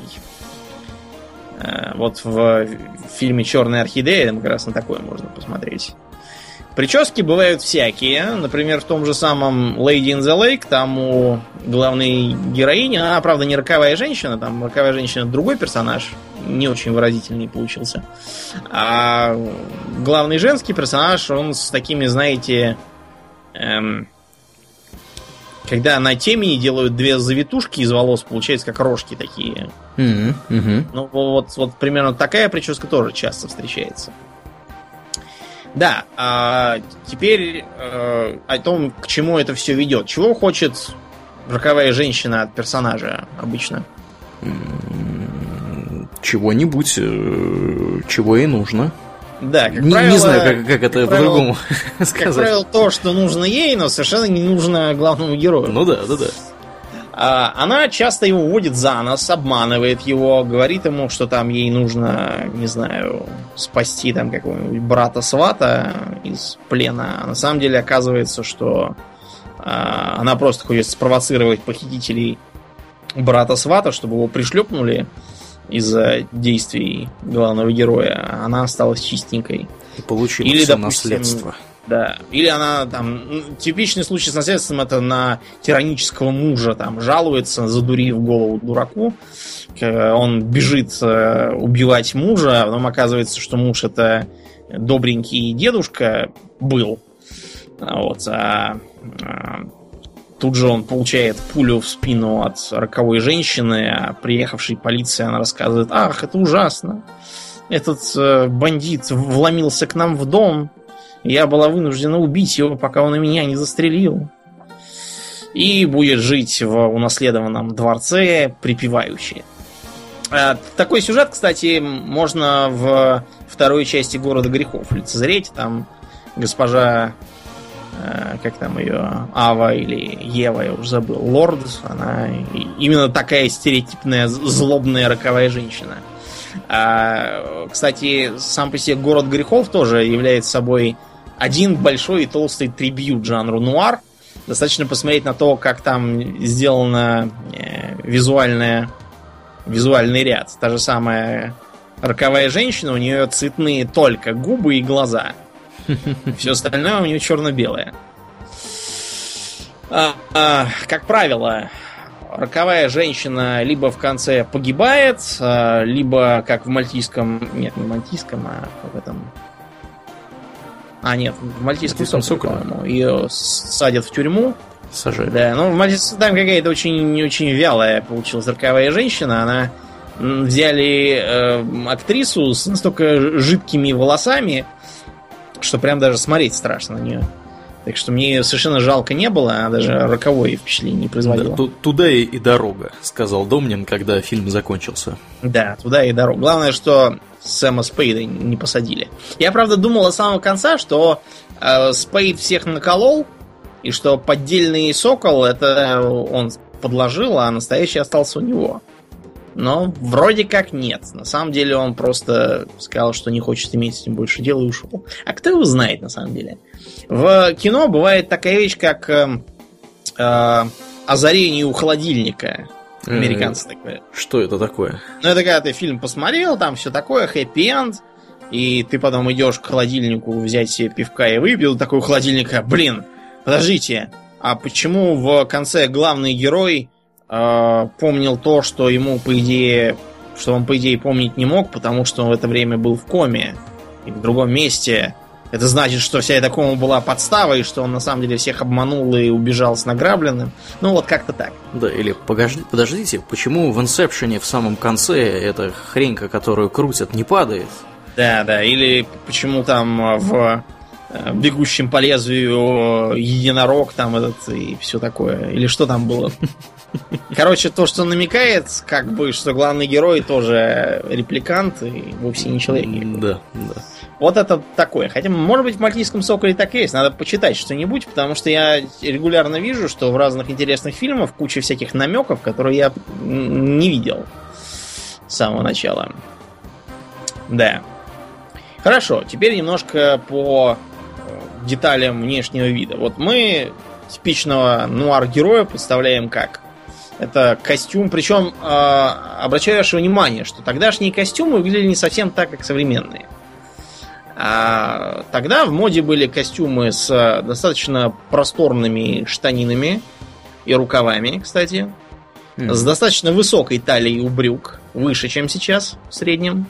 А, вот в фильме «Черная орхидея» там как раз на такое можно посмотреть. Прически бывают всякие. Например, в том же самом Lady in the Lake, там у главной героини, она, правда, не роковая женщина, там роковая женщина другой персонаж, не очень выразительный получился. А главный женский персонаж, он с такими, знаете, эм, когда на темени делают две завитушки из волос, получается как рожки такие. Mm-hmm. Mm-hmm. Ну, вот, вот примерно такая прическа тоже часто встречается. Да, а теперь э, о том, к чему это все ведет. Чего хочет роковая женщина от персонажа обычно? Чего-нибудь, э, чего ей нужно. Да, как не, правило... Не знаю, как, как это как по-другому правило, сказать. Как правило, то, что нужно ей, но совершенно не нужно главному герою. Ну да, да, да. А, она часто его водит за нос, обманывает его, говорит ему, что там ей нужно, не знаю, спасти там какого-нибудь брата-свата из плена. А на самом деле оказывается, что а, она просто хочет спровоцировать похитителей брата-свата, чтобы его пришлепнули из-за действий главного героя. А она осталась чистенькой. И получила Или, все допустим, наследство. Да. Или она там... Типичный случай с наследством — это на тиранического мужа там жалуется, задурив голову дураку. Он бежит убивать мужа, а потом оказывается, что муж — это добренький дедушка был. Вот. А, а тут же он получает пулю в спину от роковой женщины, а приехавшей полиции она рассказывает: ах, это ужасно. Этот э, бандит вломился к нам в дом. Я была вынуждена убить его, пока он и меня не застрелил. И будет жить в унаследованном дворце припевающий. Такой сюжет, кстати, можно в второй части «Города грехов» лицезреть. Там госпожа, как там ее, Ава или Ева, я уже забыл, Лорд, она именно такая стереотипная, злобная, роковая женщина. Кстати, сам по себе «Город грехов» тоже является собой один большой и толстый трибьют жанру нуар. Достаточно посмотреть на то, как там сделано э, визуальное, визуальный ряд. Та же самая роковая женщина, у нее цветные только губы и глаза. Все остальное у нее черно-белое. А, а, как правило, роковая женщина либо в конце погибает, либо, как в мальтийском... Нет, не мальтийском, а в этом... А, нет, в мальтийском соколе, по-моему. Ее садят в тюрьму. Сажают. Да, ну в мальтийском там какая-то очень, очень вялая получилась роковая женщина. Она... Взяли э, актрису с настолько жидкими волосами, что прям даже смотреть страшно на нее. Так что мне ее совершенно жалко не было, она даже роковое впечатление не производила. Да, туда и, и дорога, сказал Домнин, когда фильм закончился. Да, туда и дорога. Главное, что Сэма Спейда не посадили. Я, правда, думал с самого конца, что э, Спейд всех наколол, и что поддельный сокол это он подложил, а настоящий остался у него. Но вроде как нет. На самом деле он просто сказал, что не хочет иметь с ним больше дела и ушел. А кто его знает, на самом деле? В кино бывает такая вещь, как э, э, озарение у холодильника. Американцы так говорят. Что это такое? Ну, это когда ты фильм посмотрел, там все такое, хэппи-энд, и ты потом идешь к холодильнику взять себе пивка и выпил такой у холодильника. Блин, подождите, а почему в конце главный герой э, помнил то, что ему, по идее, что он, по идее, помнить не мог, потому что он в это время был в коме и в другом месте? Это значит, что вся эта кома была подставой, и что он на самом деле всех обманул и убежал с награбленным. Ну, вот как-то так. Да, или подожди, подождите, почему в «Инсепшене» в самом конце эта хренька, которую крутят, не падает? Да, да, или почему там в «Бегущем по лезвию» единорог там этот и все такое. Или что там было? Короче, то, что намекает, как бы, что главный герой тоже репликант и вовсе не человек. Да, да. Вот это такое. Хотя, может быть, в «Мальтийском соколе» так и есть. Надо почитать что-нибудь, потому что я регулярно вижу, что в разных интересных фильмах куча всяких намеков, которые я не видел с самого начала. Да. Хорошо, теперь немножко по деталям внешнего вида. Вот мы типичного нуар-героя представляем как? Это костюм, причем э, обращаю ваше внимание, что тогдашние костюмы выглядели не совсем так, как современные. А тогда в моде были костюмы с достаточно просторными штанинами и рукавами, кстати, mm-hmm. с достаточно высокой талией у брюк, выше, чем сейчас в среднем,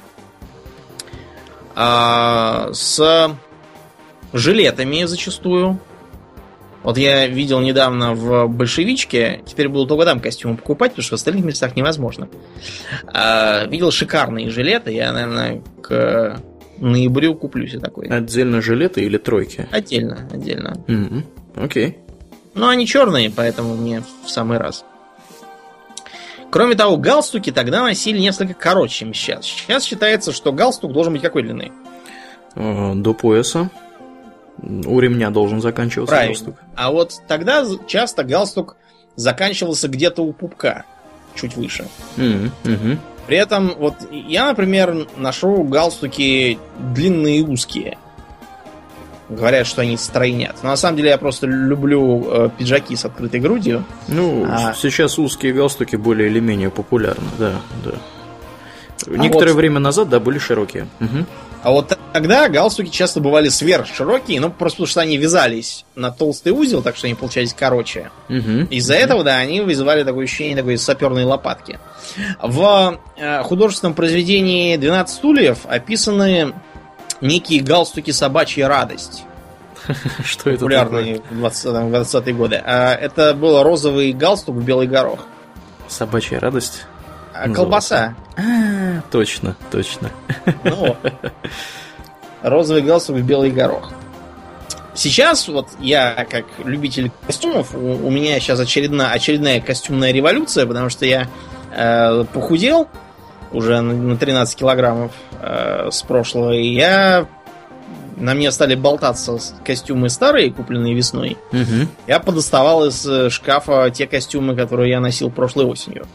а, с жилетами зачастую. Вот я видел недавно в «Большевичке», теперь буду только там костюмы покупать, потому что в остальных местах невозможно. А, видел шикарные жилеты, я, наверное, к ноябрю куплю себе такой. Отдельно жилеты или тройки? Отдельно, отдельно. Mm-hmm. Окей. Но они черные, поэтому мне в самый раз. Кроме того, галстуки тогда носили несколько короче, чем сейчас. Сейчас считается, что галстук должен быть какой длины? До пояса. У ремня должен заканчиваться Правильно. галстук. А вот тогда часто галстук заканчивался где-то у пупка, чуть выше. Mm-hmm. Mm-hmm. При этом, вот я, например, ношу галстуки длинные и узкие. Говорят, что они стройнят. Но на самом деле я просто люблю э, пиджаки с открытой грудью. Ну, а... сейчас узкие галстуки более или менее популярны, да, да. А Некоторое вот... время назад, да, были широкие. Угу. А вот тогда галстуки часто бывали сверхширокие, ну, просто потому что они вязались на толстый узел, так что они получались короче. Угу. Из-за угу. этого, да, они вызывали такое ощущение такой саперной лопатки. В э, художественном произведении «двенадцать стульев» описаны некие галстуки «Собачья радость». Что это популярные в двадцатые годы. Это был розовый галстук в белый горох. «Собачья радость»? А колбаса. А, точно, точно. Ну, розовый галстук в белый горох. Сейчас, вот я, как любитель костюмов, у, у меня сейчас очередная, очередная костюмная революция, потому что я э, похудел уже на тринадцать килограммов э, с прошлого, и я... На мне стали болтаться костюмы старые, купленные весной. Угу. Я подоставал из шкафа те костюмы, которые я носил прошлой осенью.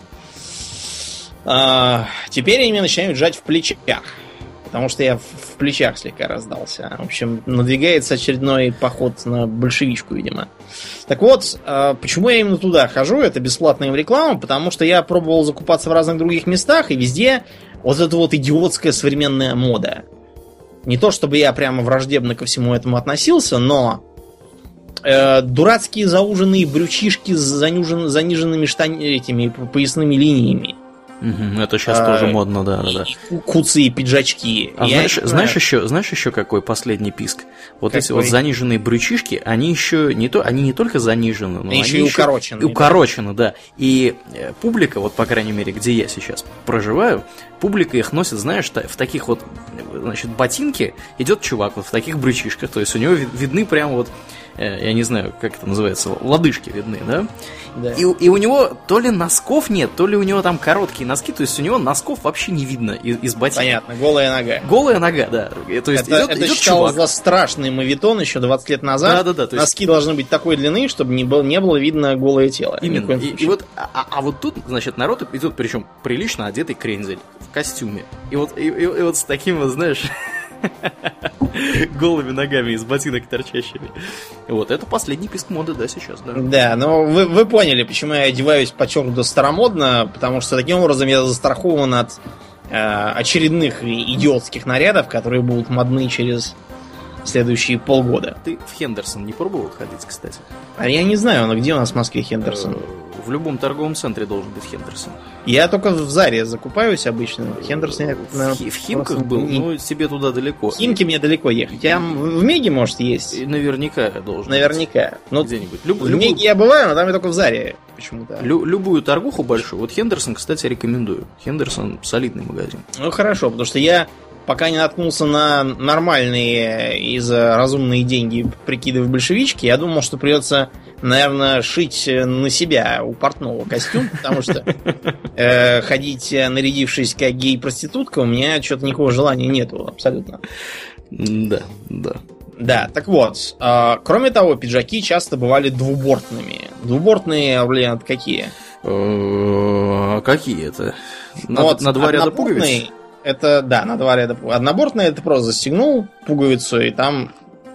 А, теперь они меня начинают сжать в плечах. Потому что я в плечах слегка раздался. В общем, надвигается очередной поход на большевичку, видимо. Так вот, почему я именно туда хожу? Это бесплатная реклама, потому что я пробовал закупаться в разных других местах, и везде вот эта вот идиотская современная мода. Не то чтобы я прямо враждебно ко всему этому относился, но э, дурацкие зауженные брючишки с занижен, заниженными штан... этими поясными линиями. Угу, это сейчас а, тоже модно, да, да, да. Куцы и пиджачки. А знаешь, знаешь, еще, знаешь еще какой последний писк? Вот какой? Эти вот заниженные брючишки, они еще не то, они не только занижены, но они еще и укорочены. Укорочены, да. И публика, вот по крайней мере, где я сейчас проживаю, публика их носит, знаешь, в таких вот, значит, ботинки идет чувак вот в таких брючишках, то есть у него видны прямо вот, я не знаю, как это называется, лодыжки видны, да? Да. И, и у него то ли носков нет, то ли у него там короткие носки, то есть у него носков вообще не видно из, из ботинок. Понятно, голая нога. Голая нога, да. То есть это идет, это идет считалось чувак. за страшный мавитон еще двадцать лет назад. Да, да, да. Носки есть... должны быть такой длины, чтобы не было, не было видно голое тело. Именно. И, и вот, а, а вот тут, значит, народ идет, причем прилично одетый крензель в костюме. И вот, и, и, и вот с таким вот, знаешь... голыми ногами из ботинок торчащими. Вот, это последний писк моды, да, сейчас, да. Да, но вы, вы поняли, почему я одеваюсь подчеркнуто старомодно, потому что таким образом я застрахован от э, очередных идиотских нарядов, которые будут модны через следующие полгода. Ты в Хендерсон не пробовал ходить, кстати? А я не знаю, но где у нас в Москве Хендерсон? В любом торговом центре должен быть Хендерсон. Я только в Заре закупаюсь обычно. Хендерсон я, наверное, в Химках был, не... но тебе туда далеко. В Химки мне далеко ехать. Я в Меге, может, есть. И наверняка должен Наверняка. быть. Но где-нибудь. Люб... В Меге я бываю, но там я только в Заре почему-то. Лю- любую торгуху большую. Вот Хендерсон, кстати, рекомендую. Хендерсон солидный магазин. Ну хорошо, потому что я пока не наткнулся на нормальные и за разумные деньги прикидывая большевички, я думал, что придется, наверное, шить на себя у портного костюм, потому что э, ходить, нарядившись как гей-проститутка, у меня что-то никакого желания нету абсолютно. Да, да. Да, так вот, э, кроме того, пиджаки часто бывали двубортными. Двубортные, блин, какие? Э, Какие это? На, Вот, на два ряда пуговиц? Это, да, на два ряда пуговиц. Однобортный это просто застегнул пуговицу, и там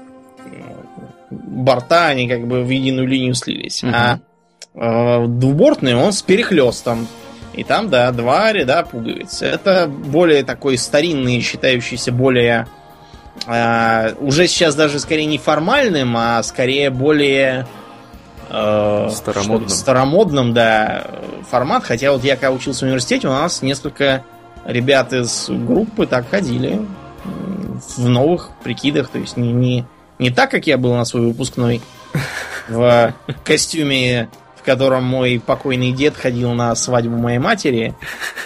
борта, они как бы в единую линию слились. Угу. А э, двубортный он с перехлестом. И там, да, два ряда пуговиц. Это более такой старинный, считающийся более... Э, уже сейчас даже скорее не формальным, а скорее более... Э, старомодным. Старомодным, да, формат. Хотя вот я когда учился в университете, у нас несколько ребят из группы так ходили в новых прикидах. То есть не, не, не так, как я был на свой выпускной в костюме, в котором мой покойный дед ходил на свадьбу моей матери.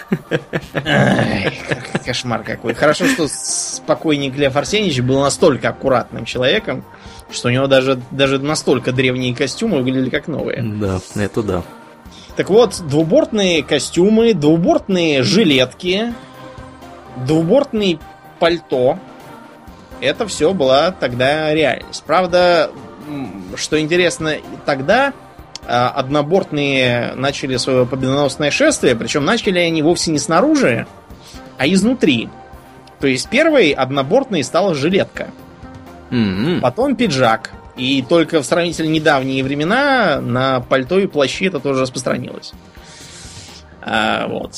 Ай, кошмар какой. Хорошо, что покойник Лев Арсеньевич был настолько аккуратным человеком, что у него даже, даже настолько древние костюмы выглядели как новые. Да, это да. Так вот, двубортные костюмы, двубортные жилетки, двубортные пальто. Это все была тогда реальность. Правда, что интересно, тогда однобортные начали свое победоносное шествие, причем начали они вовсе не снаружи, а изнутри. То есть первой однобортной стала жилетка. Mm-hmm. Потом пиджак. И только в сравнительно недавние времена на пальто и плащи это тоже распространилось. А, вот.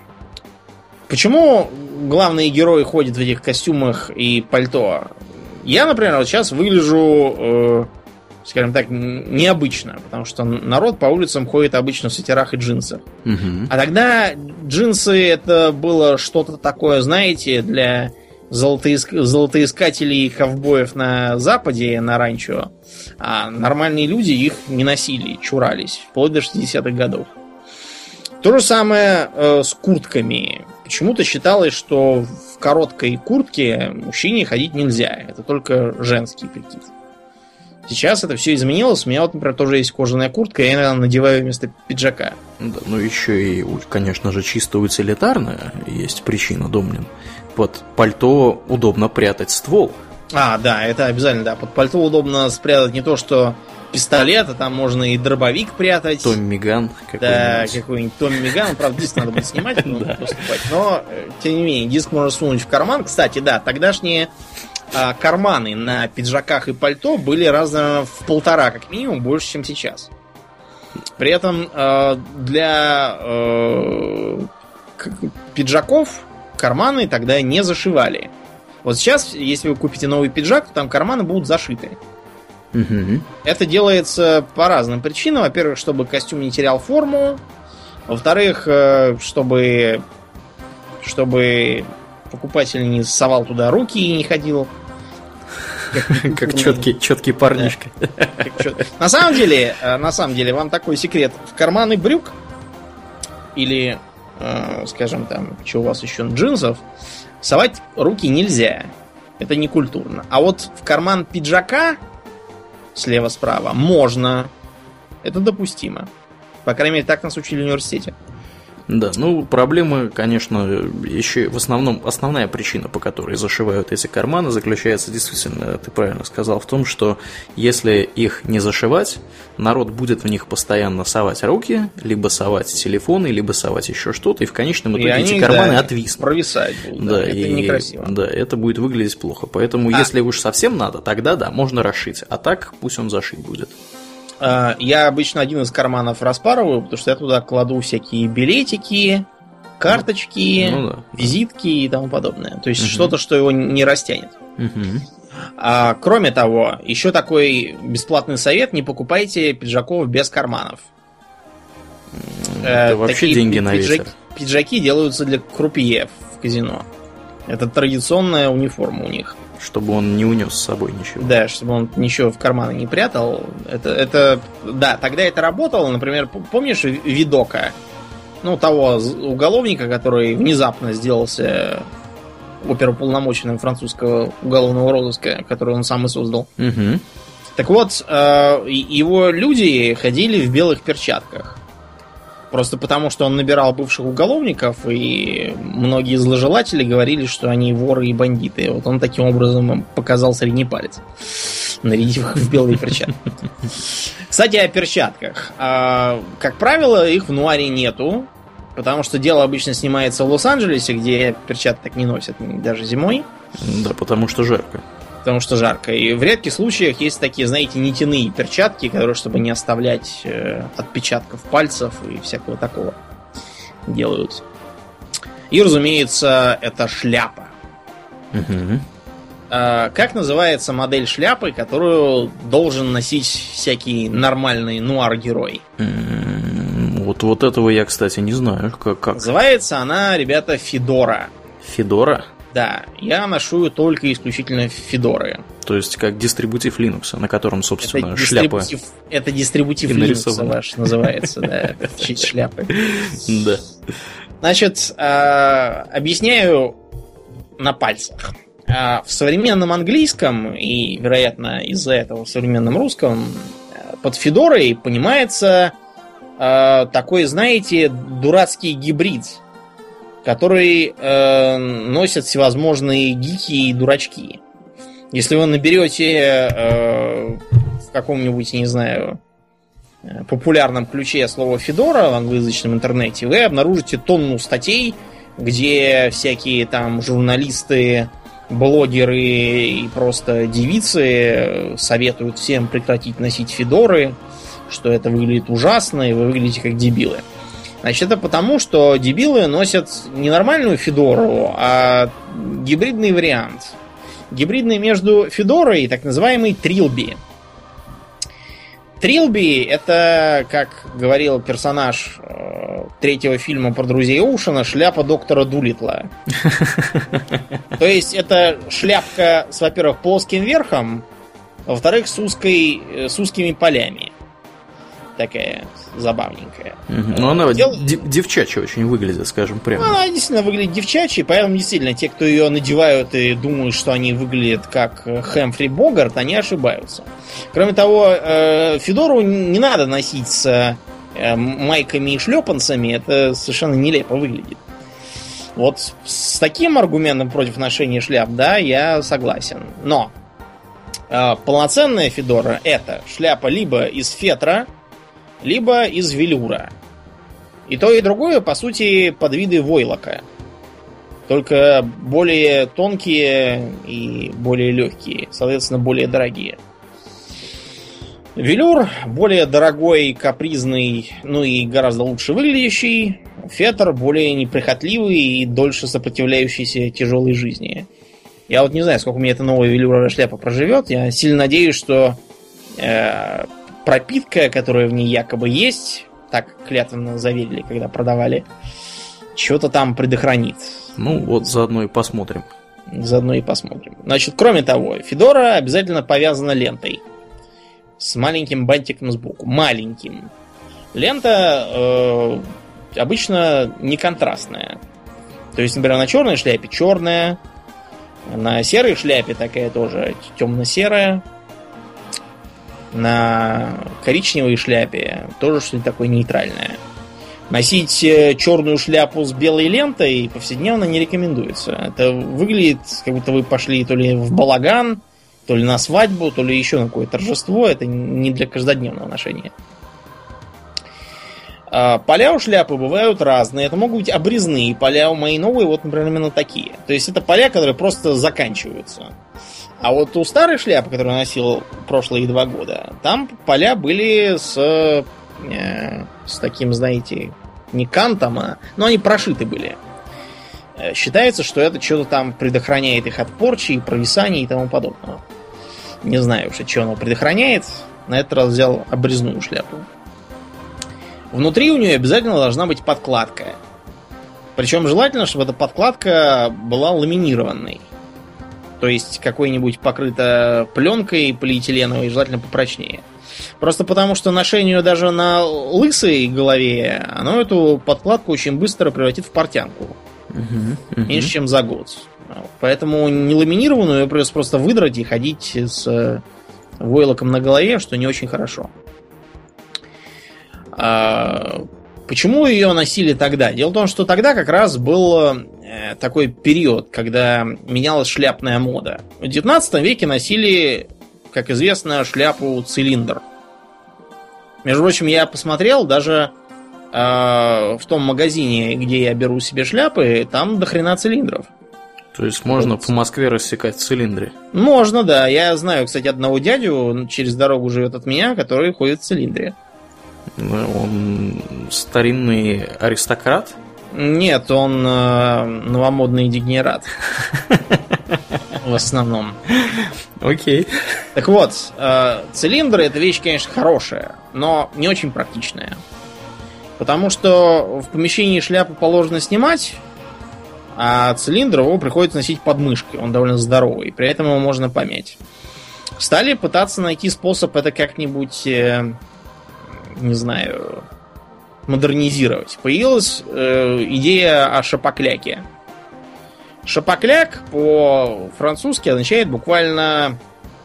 Почему главные герои ходят в этих костюмах и пальто? Я, например, вот сейчас выгляжу, э, скажем так, необычно, потому что народ по улицам ходит обычно в свитерах и джинсах. Mm-hmm. А тогда джинсы это было что-то такое, знаете, для... Золотоиск... золотоискателей и ковбоев на Западе, на ранчо, а нормальные люди их не носили, чурались, вплоть до шестидесятых годов. То же самое э, с куртками. Почему-то считалось, что в короткой куртке мужчине ходить нельзя. Это только женский прикид. Сейчас это все изменилось. У меня вот, например, тоже есть кожаная куртка, я иногда надеваю вместо пиджака. Да, ну еще и, конечно же, чисто утилитарная есть причина, Домнин. Под пальто удобно прятать ствол. А, да, это обязательно, да. Под пальто удобно спрятать не то, что пистолет, а там можно и дробовик прятать. Томми Ган какой-нибудь. Да, какой-нибудь Томми Ган. Правда, диск надо будет снимать, поступать. Но, тем не менее, диск можно сунуть в карман. Кстати, да, тогдашние а, карманы на пиджаках и пальто были раза в полтора, как минимум, больше, чем сейчас. При этом а, для а, пиджаков карманы тогда не зашивали. Вот сейчас, если вы купите новый пиджак, то там карманы будут зашиты. Угу. Это делается по разным причинам. Во-первых, чтобы костюм не терял форму. Во-вторых, чтобы, чтобы покупатель не совал туда руки и не ходил. Как, как четкий, четкий парнишка. Да. На самом деле, на самом деле, вам такой секрет. В карманы брюк или... скажем там, что у вас еще, джинсов, совать руки нельзя. Это не культурно. А вот в карман пиджака слева-справа можно. Это допустимо. По крайней мере, так нас учили в университете. Да, ну, проблемы, конечно, еще в основном, основная причина, по которой зашивают эти карманы, заключается, действительно, ты правильно сказал, в том, что если их не зашивать, народ будет в них постоянно совать руки, либо совать телефоны, либо совать еще что-то, и в конечном итоге они, эти карманы да, отвиснут. Провисать будут, да, да, это и, некрасиво. Да, это будет выглядеть плохо, поэтому а. если уж совсем надо, тогда да, можно расшить, а так пусть он зашит будет. Я обычно один из карманов распарываю, потому что я туда кладу всякие билетики, карточки, ну, да. визитки и тому подобное. То есть угу. что-то, что его не растянет. Угу. А, кроме того, еще такой бесплатный совет: не покупайте пиджаков без карманов. Это вообще Такие деньги на пиджаки, ветер. Пиджаки делаются для крупье в казино. Это традиционная униформа у них. Чтобы он не унес с собой ничего. Да, чтобы он ничего в карманы не прятал. Это, это, да, тогда это работало. Например, помнишь Видока? Ну, того уголовника, который внезапно сделался оперуполномоченным французского уголовного розыска, который он сам и создал. Угу. Так вот, его люди ходили в белых перчатках. Просто потому, что он набирал бывших уголовников, и многие зложелатели говорили, что они воры и бандиты. Вот он таким образом им показал средний палец, нарядив их в белые перчатки. Кстати, о перчатках. Как правило, их в нуаре нету, потому что дело обычно снимается в Лос-Анджелесе, где перчаток не носят даже зимой. Да, потому что жарко. Потому что жарко. И в редких случаях есть такие, знаете, нитяные перчатки, которые, чтобы не оставлять э, отпечатков пальцев и всякого такого, делают. И, разумеется, это шляпа. Угу. А, как называется модель шляпы, которую должен носить всякий нормальный нуар-герой? Вот, вот этого я, кстати, не знаю. Как, как? Называется она, ребята, федора. Федора? Да, я ношу только исключительно федоры. То есть как дистрибутив Linux, на котором, собственно, это шляпа. Это дистрибутив Linux ваш называется, да, в честь шляпы. Да. Значит, объясняю на пальцах. В современном английском и, вероятно, из-за этого в современном русском под федорой понимается такой, знаете, дурацкий гибрид, который э, носят всевозможные гики и дурачки. Если вы наберете э, в каком-нибудь, не знаю, популярном ключе слово «федора» в англоязычном интернете, вы обнаружите тонну статей, где всякие там журналисты, блогеры и просто девицы советуют всем прекратить носить федоры, что это выглядит ужасно, и вы выглядите как дебилы. Значит, это потому, что дебилы носят не нормальную федору, а гибридный вариант. Гибридный между федорой и так называемый трилби. Трилби — это, как говорил персонаж э, третьего фильма про друзей Оушена, шляпа доктора Дулитла. То есть это шляпка с, во-первых, плоским верхом, во-вторых, с, узкой, с узкими полями. Такая забавненькая. Угу. Ну, она Дел... девчачья очень выглядит, скажем прямо. Ну, она действительно выглядит девчачьей, поэтому действительно те, кто ее надевают и думают, что они выглядят как Хэмфри Богарт, они ошибаются. Кроме того, федору не надо носить с майками и шлепанцами, это совершенно нелепо выглядит. Вот с таким аргументом против ношения шляп, да, я согласен. Но полноценная федора — это шляпа либо из фетра, либо из велюра. И то, и другое, по сути, подвиды войлока. Только более тонкие и более легкие, соответственно, более дорогие. Велюр более дорогой, капризный, ну и гораздо лучше выглядящий. Фетр более неприхотливый и дольше сопротивляющийся тяжелой жизни. Я вот не знаю, сколько у меня эта новая велюровая шляпа проживет. Я сильно надеюсь, что э, пропитка, которая в ней якобы есть, так клятвенно заверили, когда продавали, что-то там предохранит. Ну, вот заодно и посмотрим. Заодно и посмотрим. Значит, кроме того, федора обязательно повязана лентой. С маленьким бантиком сбоку. Маленьким. Лента э, обычно не контрастная. То есть, например, на черной шляпе черная, на серой шляпе такая тоже темно-серая, на коричневой шляпе тоже что-то такое нейтральное. Носить черную шляпу с белой лентой повседневно не рекомендуется. Это выглядит, как будто вы пошли то ли в балаган, то ли на свадьбу, то ли еще на какое-то торжество. Это не для каждодневного ношения. Поля у шляпы бывают разные. Это могут быть обрезные поля. У моей новой, вот, например, именно такие. То есть это поля, которые просто заканчиваются. А вот у старой шляпы, которую я носил прошлые два года, там поля были с, э, с таким, знаете, не кантом, а... но они прошиты были. Считается, что это что-то там предохраняет их от порчи, провисания и тому подобного. Не знаю уж, что оно предохраняет. На этот раз взял обрезную шляпу. Внутри у нее обязательно должна быть подкладка. Причем желательно, чтобы эта подкладка была ламинированной. То есть какой-нибудь покрыта пленкой полиэтиленовой, желательно попрочнее. Просто потому, что ношение даже на лысой голове, оно эту подкладку очень быстро превратит в портянку. Uh-huh, uh-huh. Меньше, чем за год. Поэтому не ламинированную ее придется просто выдрать и ходить с войлоком на голове, что не очень хорошо. Почему ее носили тогда? Дело в том, что тогда как раз был э, такой период, когда менялась шляпная мода. В девятнадцатом веке носили, как известно, шляпу-цилиндр. Между прочим, я посмотрел, даже э, в том магазине, где я беру себе шляпы, там до хрена цилиндров. То есть можно вот по Москве рассекать цилиндры? Можно, да. Я знаю, кстати, одного дядю, через дорогу живет от меня, который ходит в цилиндре. Он старинный аристократ? Нет, он э, новомодный дегенерат. В основном. Окей. Так вот, э, цилиндры — это вещь, конечно, хорошая, но не очень практичная. Потому что в помещении шляпу положено снимать, а цилиндр его приходится носить под мышкой. Он довольно здоровый, при этом его можно помять. Стали пытаться найти способ это как-нибудь, э, не знаю, модернизировать. Появилась э, идея о шапокляке. Шапокляк по-французски означает буквально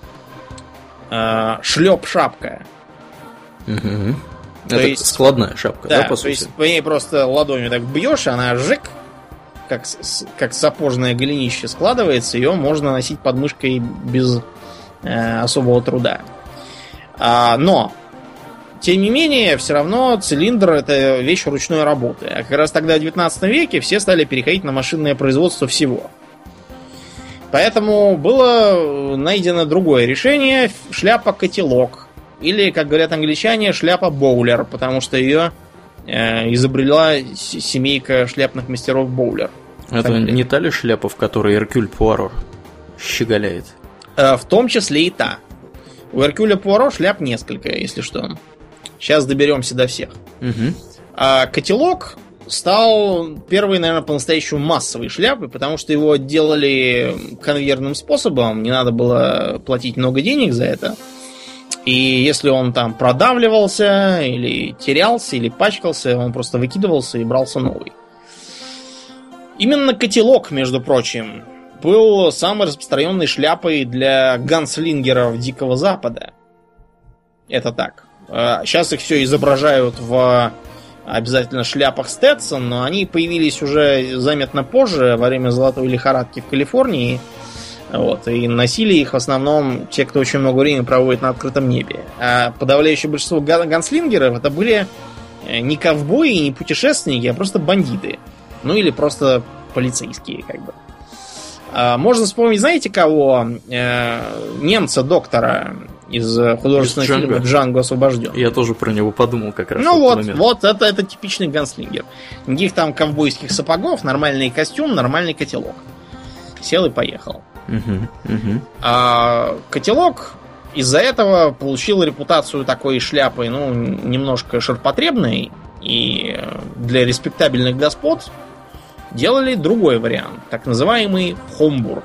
э, шлеп-шапка. Угу. То это есть, складная шапка, да, да, по то сути? есть по ней просто ладонью так бьешь, она жик, как, как сапожное голенище складывается, ее можно носить под мышкой без э, особого труда. А, но, тем не менее, все равно цилиндр — это вещь ручной работы. А как раз тогда, в девятнадцатом веке, все стали переходить на машинное производство всего. Поэтому было найдено другое решение — шляпа-котелок. Или, как говорят англичане, шляпа-боулер, потому что ее э, изобрела семейка шляпных мастеров Боулер. Это не та ли шляпа, в которой Эркюль Пуаро щеголяет? Э, в том числе и та. У Эркюля Пуаро шляп несколько, если что. Сейчас доберемся до всех. Угу. А котелок стал первой, наверное, по-настоящему массовой шляпой, потому что его делали конвейерным способом, не надо было платить много денег за это. И если он там продавливался, или терялся, или пачкался, он просто выкидывался и брался новый. Именно котелок, между прочим, был самой распространенной шляпой для ганслингеров Дикого Запада. Это так. Сейчас их все изображают в обязательно шляпах Сtetson, но они появились уже заметно позже, во время золотой лихорадки в Калифорнии. Вот, и носили их в основном те, кто очень много времени проводит на открытом небе. А подавляющее большинство ганслингеров это были не ковбои, не путешественники, а просто бандиты. Ну или просто полицейские, как бы. А, можно вспомнить, знаете кого? Э, немца-доктора из художественного из фильма «Джанго освобожден». Я тоже про него подумал как раз. Ну вот, вот это, это типичный ганслингер. Никаких там ковбойских сапогов, нормальный костюм, нормальный котелок. Сел и поехал. Угу, угу. А котелок из-за этого получил репутацию такой шляпы, ну, немножко ширпотребной, и для респектабельных господ делали другой вариант, так называемый хомбург.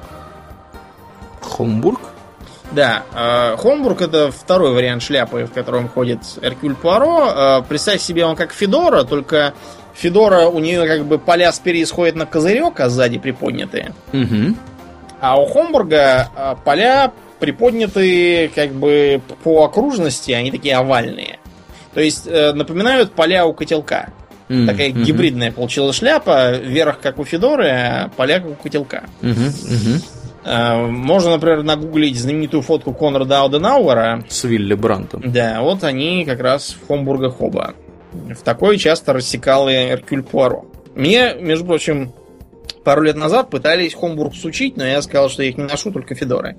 Хомбург? Да, э, хомбург — это второй вариант шляпы, в котором ходит Эркюль Пуаро. Э, представь себе, он как федора, только федора, у нее как бы поля спереди сходят на козырек, а сзади приподнятые. Угу. А у Хомбурга э, поля приподняты как бы по окружности, они такие овальные. То есть э, напоминают поля у котелка. Mm-hmm. Такая mm-hmm. гибридная получилась шляпа, вверх как у федоры, а поля как у котелка. Mm-hmm. Mm-hmm. Э, можно, например, нагуглить знаменитую фотку Конрада Ауденауэра с Вилли Брандтом. Да, вот они как раз в Хомбурга Хоба. В такой часто рассекал и Эркюль Пуаро. Мне, между прочим, пару лет назад пытались Хомбург сучить, но я сказал, что я их не ношу, только федоры.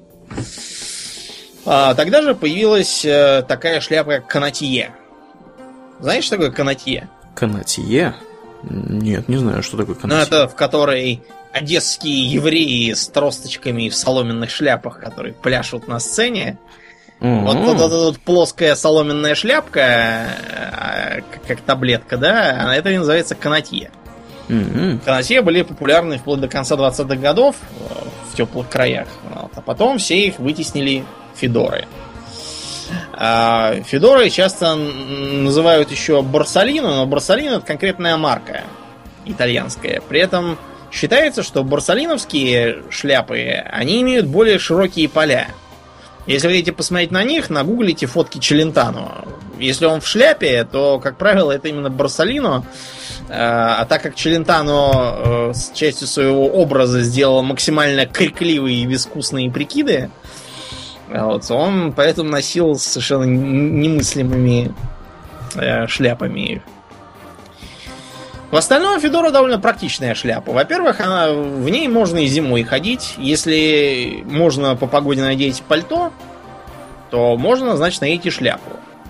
А, тогда же появилась э, такая шляпа, как канатье. Знаешь, что такое канатье? Канатье? Нет, не знаю, что такое канатье. Ну, это в которой одесские евреи с тросточками в соломенных шляпах, которые пляшут на сцене. Mm-hmm. Вот эта вот, вот, вот плоская соломенная шляпка, как таблетка, да, это называется канатье. Mm-hmm. Канатье были популярны вплоть до конца двадцатых годов в теплых краях. Вот, а потом все их вытеснили федоры. А федоры часто называют еще Борсалино, но Борсалино — это конкретная марка итальянская. При этом считается, что борсалиновские шляпы, они имеют более широкие поля. Если вы хотите посмотреть на них, нагуглите фотки Челентано. если он в шляпе, то, как правило, это именно Борсалино. А так как Челентано с частью своего образа сделал максимально крикливые и безвкусные прикиды, вот, он поэтому носил совершенно немыслимыми шляпами. В остальном Федора довольно практичная шляпа. Во-первых, она, в ней можно и зимой ходить. Если можно по погоде надеть пальто, то можно, значит, надеть и шляпу.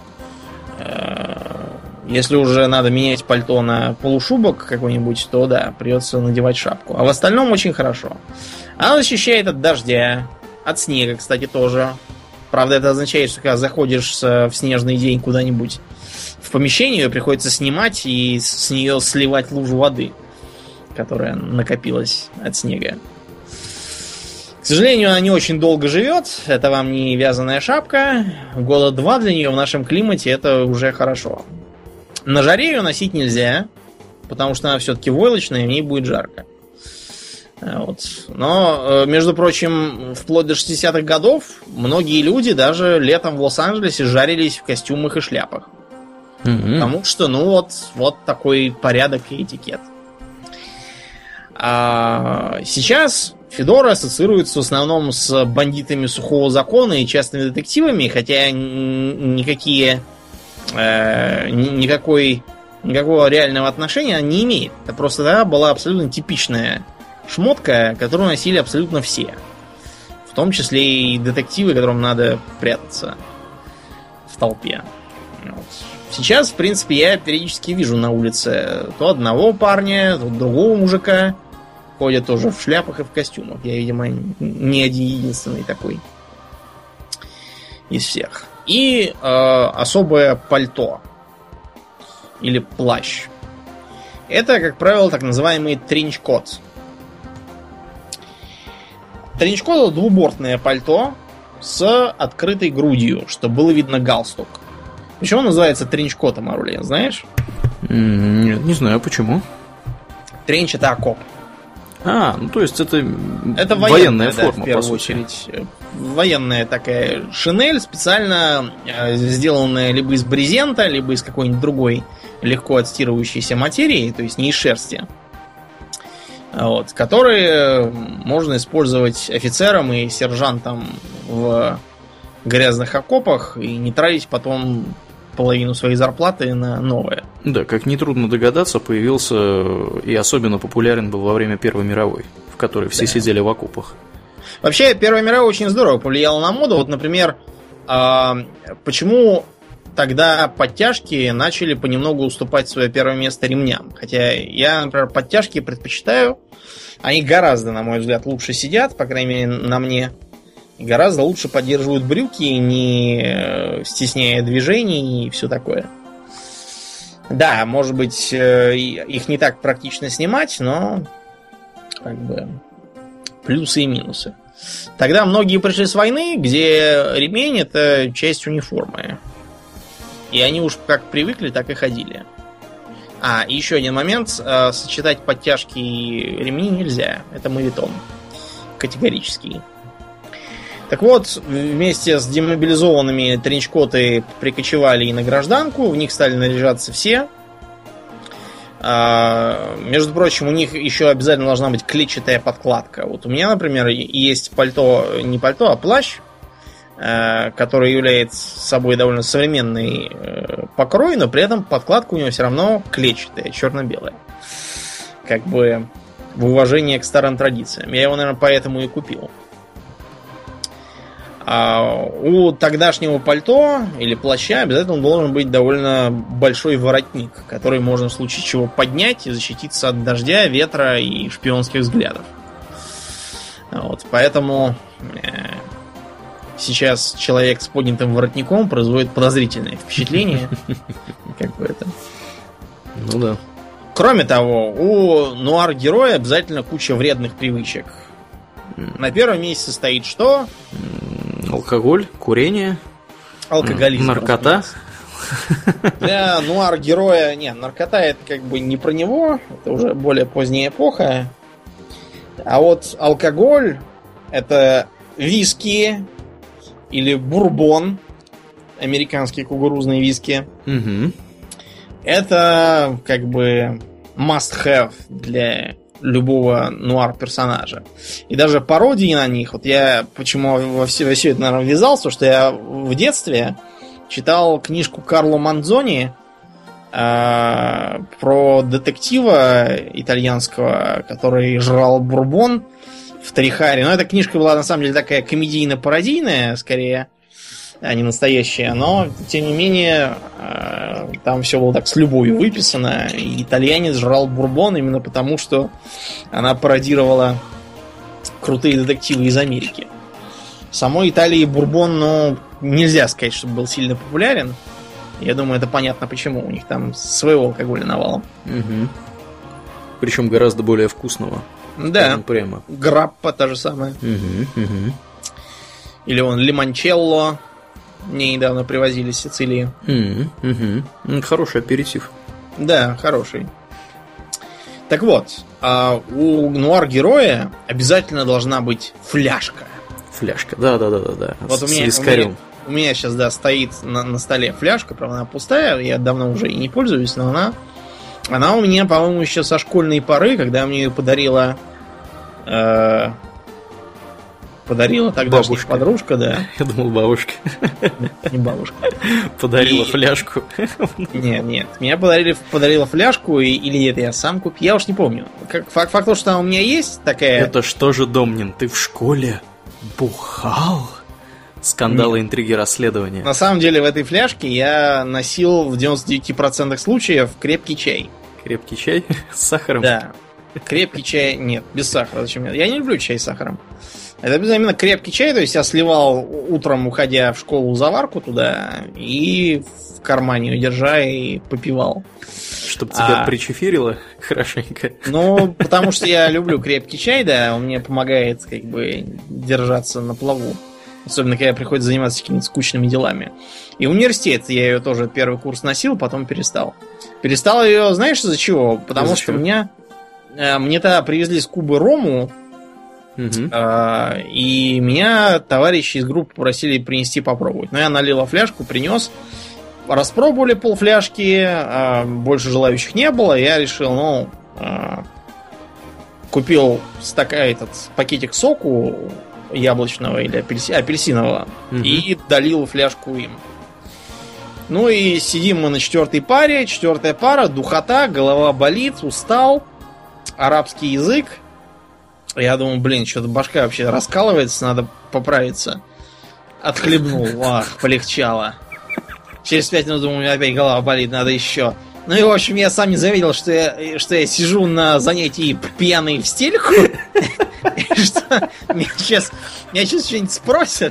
Если уже надо менять пальто на полушубок какой-нибудь, то да, придется надевать шапку. А в остальном очень хорошо. Она защищает от дождя, от снега, кстати, тоже. Правда, это означает, что когда заходишь в снежный день куда-нибудь в помещение, ее приходится снимать и с нее сливать лужу воды, которая накопилась от снега. К сожалению, она не очень долго живет. Это вам не вязаная шапка. Года два для нее в нашем климате это уже хорошо. На жаре ее носить нельзя, потому что она все-таки войлочная, и в ней будет жарко. Вот. Но, между прочим, вплоть до шестидесятых годов многие люди даже летом в Лос-Анджелесе жарились в костюмах и шляпах. Mm-hmm. Потому что, ну вот, вот такой порядок и этикет. А сейчас Федора ассоциируется в основном с бандитами сухого закона и частными детективами, хотя никакие, э, никакой, никакого реального отношения она не имеет. Это просто да, была абсолютно типичная шмотка, которую носили абсолютно все. В том числе и детективы, которым надо прятаться в толпе. Вот. Сейчас, в принципе, я периодически вижу на улице то одного парня, то другого мужика. Ходят тоже в шляпах и в костюмах. Я, видимо, не один единственный такой из всех. И э, особое пальто. Или плащ. Это, как правило, так называемый тренчкот. Тренчкот — это двубортное пальто с открытой грудью, чтобы было видно галстук. Почему он называется тренчкотом, Арулин, знаешь? Нет, не знаю, почему. Тренч — это окоп. А, ну то есть это, это военная, военная да, форма, в первую по сути. очередь. Военная такая шинель, специально сделанная либо из брезента, либо из какой-нибудь другой легко отстирывающейся материи, то есть не из шерсти. Вот, которые можно использовать офицерам и сержантам в грязных окопах и не тратить потом половину своей зарплаты на новое. Да, как нетрудно догадаться, появился и особенно популярен был во время Первой мировой, в которой все да. сидели в окопах. Вообще, Первая мировая очень здорово повлияла на моду. Вот, например, почему тогда подтяжки начали понемногу уступать свое первое место ремням. Хотя я, например, подтяжки предпочитаю. Они гораздо, на мой взгляд, лучше сидят, по крайней мере, на мне. И гораздо лучше поддерживают брюки, не стесняя движений и все такое. Да, может быть, их не так практично снимать, но как бы плюсы и минусы. Тогда многие пришли с войны, где ремень — это часть униформы. И они уж как привыкли, так и ходили. А, и еще один момент. Сочетать подтяжки и ремни нельзя. Это моветон. Категорический. Так вот, вместе с демобилизованными тренчкоты прикочевали и на гражданку. В них стали наряжаться все. А, между прочим, у них еще обязательно должна быть клетчатая подкладка. Вот у меня, например, есть пальто, не пальто, а плащ, который является собой довольно современный покрой, но при этом подкладка у него все равно клетчатая, черно-белая. Как бы в уважение к старым традициям. Я его, наверное, поэтому и купил. А у тогдашнего пальто или плаща обязательно должен быть довольно большой воротник, который можно в случае чего поднять и защититься от дождя, ветра и шпионских взглядов. Вот, поэтому сейчас человек с поднятым воротником производит подозрительное впечатление. Как бы это. Ну да. Кроме того, у нуар-героя обязательно куча вредных привычек. На первом месте стоит что? Алкоголь, курение, алкоголизм, наркота. Для нуар-героя... Не, наркота — это как бы не про него. Это уже более поздняя эпоха. А вот алкоголь — это виски или бурбон американские кукурузные виски. Угу. Это как бы must-have для любого нуар-персонажа. И даже пародии на них, вот я почему во все, во все это, наверное, ввязался, что я в детстве читал книжку Карло Манзони э, про детектива итальянского, который жрал бурбон в Трихаре. Но эта книжка была на самом деле такая комедийно-пародийная, скорее, а не настоящая. Но, тем не менее, э, там все было так с любовью выписано. И итальянец жрал бурбон именно потому, что она пародировала крутые детективы из Америки. В самой Италии бурбон, ну, нельзя сказать, чтобы был сильно популярен. Я думаю, это понятно почему. У них там своего алкоголя навалом. Угу. Причем гораздо более вкусного. Да. Прямо. Граппа та же самая. Угу, угу. Или он лимончелло. Мне недавно привозили из Сицилии. Угу, угу. Хороший аперитив. Да, хороший. Так вот, у нуар-героя обязательно должна быть фляжка. Фляжка, да-да-да-да. Вот у меня, с вискарем. У меня, у меня сейчас, да, стоит на, на столе фляжка, правда, она пустая, я давно уже и не пользуюсь, но она... Она у меня, по-моему, еще со школьной поры, когда мне ее подарила... Э, подарила тогдашняя подружка, да. Я думал, бабушка. Не бабушка. Подарила и... фляжку. Нет, нет. Меня подарили, подарила фляжку, и, или это я сам купил. Я уж не помню. Как, факт, факт то, что она у меня есть такая... Это что же, Домнин, ты в школе бухал? Скандалы, нет. Интриги, расследования. На самом деле в этой фляжке я носил в девяносто девять процентов случаев крепкий чай. Крепкий чай? С сахаром? Да. Крепкий чай... Нет, без сахара. Зачем? Я не люблю чай с сахаром. Это именно крепкий чай, то есть я сливал утром, уходя в школу, заварку туда и в кармане ее держа и попивал. Чтобы тебя а, причефирило хорошенько. Ну, потому что я люблю крепкий чай, да, он мне помогает как бы держаться на плаву. Особенно, когда приходится заниматься какими-то скучными делами. И университет, я ее тоже первый курс носил, потом перестал. Перестал ее, знаешь, из-за чего? Потому из-за что чего? меня... Мне тогда привезли с Кубы рому, угу. а, и меня товарищи из группы просили принести попробовать. Но я налил фляжку, принес. Распробовали полфляжки, а, больше желающих не было. Я решил, ну... А, купил стака, этот пакетик соку яблочного или апельси, апельсинового угу. и долил фляжку им. Ну и сидим мы на четвертой паре. Четвертая пара, духота, голова болит, устал. Арабский язык. Я думаю, блин, что-то башка вообще раскалывается, надо поправиться. Отхлебнул, ах, полегчало. Через пять минут думаю, опять голова болит, надо еще. Ну и, в общем, я сам не заметил, что я, что я сижу на занятии пьяный в стельку. Что меня сейчас, меня сейчас что-нибудь спросят.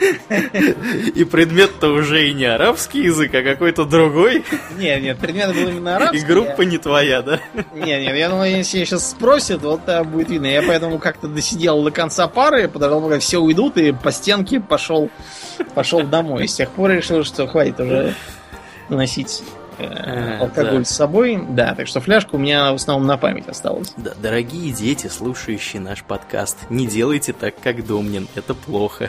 И предмет-то уже и не арабский язык, а какой-то другой. Нет, нет, предмет был именно арабский. И группа не твоя, да? Нет, нет, я думаю, если сейчас спросят, вот это будет видно. Я поэтому как-то досидел до конца пары, подождал, пока все уйдут, и по стенке пошел, пошел домой. И с тех пор решил, что хватит уже носить э, алкоголь да. с собой. Да, так что фляжка у меня в основном на память осталась. Да, дорогие дети, слушающие наш подкаст, не делайте так, как Домнин. Это плохо.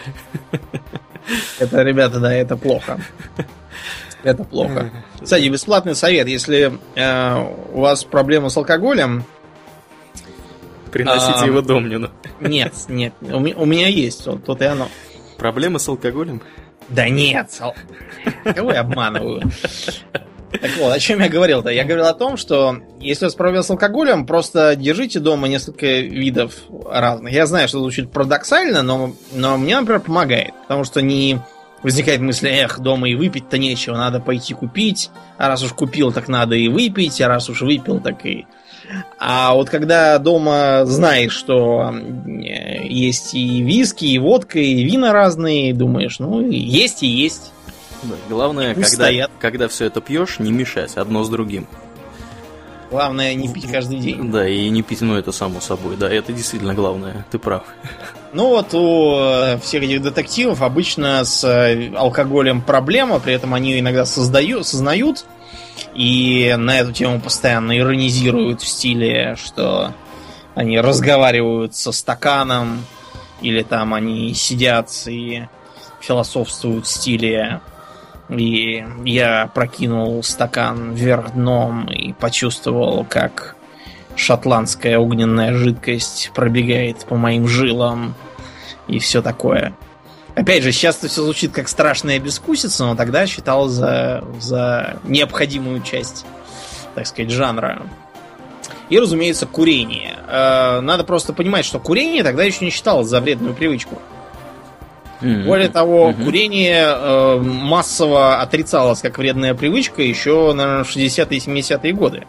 Это, ребята, да, это плохо. Это плохо. Кстати, бесплатный совет. Если э, у вас проблемы с алкоголем, приносите а, его Домнину. Нет, нет. У, у меня есть. Вот тут и оно. Проблемы с алкоголем? Да нет. Кого я обманываю? Так вот, о чем я говорил-то? Я говорил о том, что если у вас проблемы с алкоголем, просто держите дома несколько видов разных. Я знаю, что звучит парадоксально, но, но мне, например, помогает. Потому что не возникает мысль, эх, дома и выпить-то нечего, надо пойти купить. А раз уж купил, так надо и выпить. А раз уж выпил, так и... А вот когда дома знаешь, что есть и виски, и водка, и вина разные, думаешь, ну, есть и есть. Да, главное, когда, когда все это пьешь, не мешать одно с другим. Главное, не пить каждый день. Да, и не пить, ну, это само собой. Да, это действительно главное, ты прав. Ну вот у всех этих детективов обычно с алкоголем проблема, при этом они ее иногда создают, сознают. И на эту тему постоянно иронизируют в стиле, что они разговаривают со стаканом, или там они сидят и философствуют в стиле И я прокинул стакан вверх дном и почувствовал, как шотландская огненная жидкость пробегает по моим жилам и все такое. Опять же, сейчас это все звучит как страшная бескусица, но тогда считал за, за необходимую часть, так сказать, жанра. И, разумеется, курение. Надо просто понимать, что курение тогда еще не считалось за вредную привычку. Mm-hmm. Более того, mm-hmm. курение э, массово отрицалось как вредная привычка еще, наверное, в шестидесятые и семидесятые годы.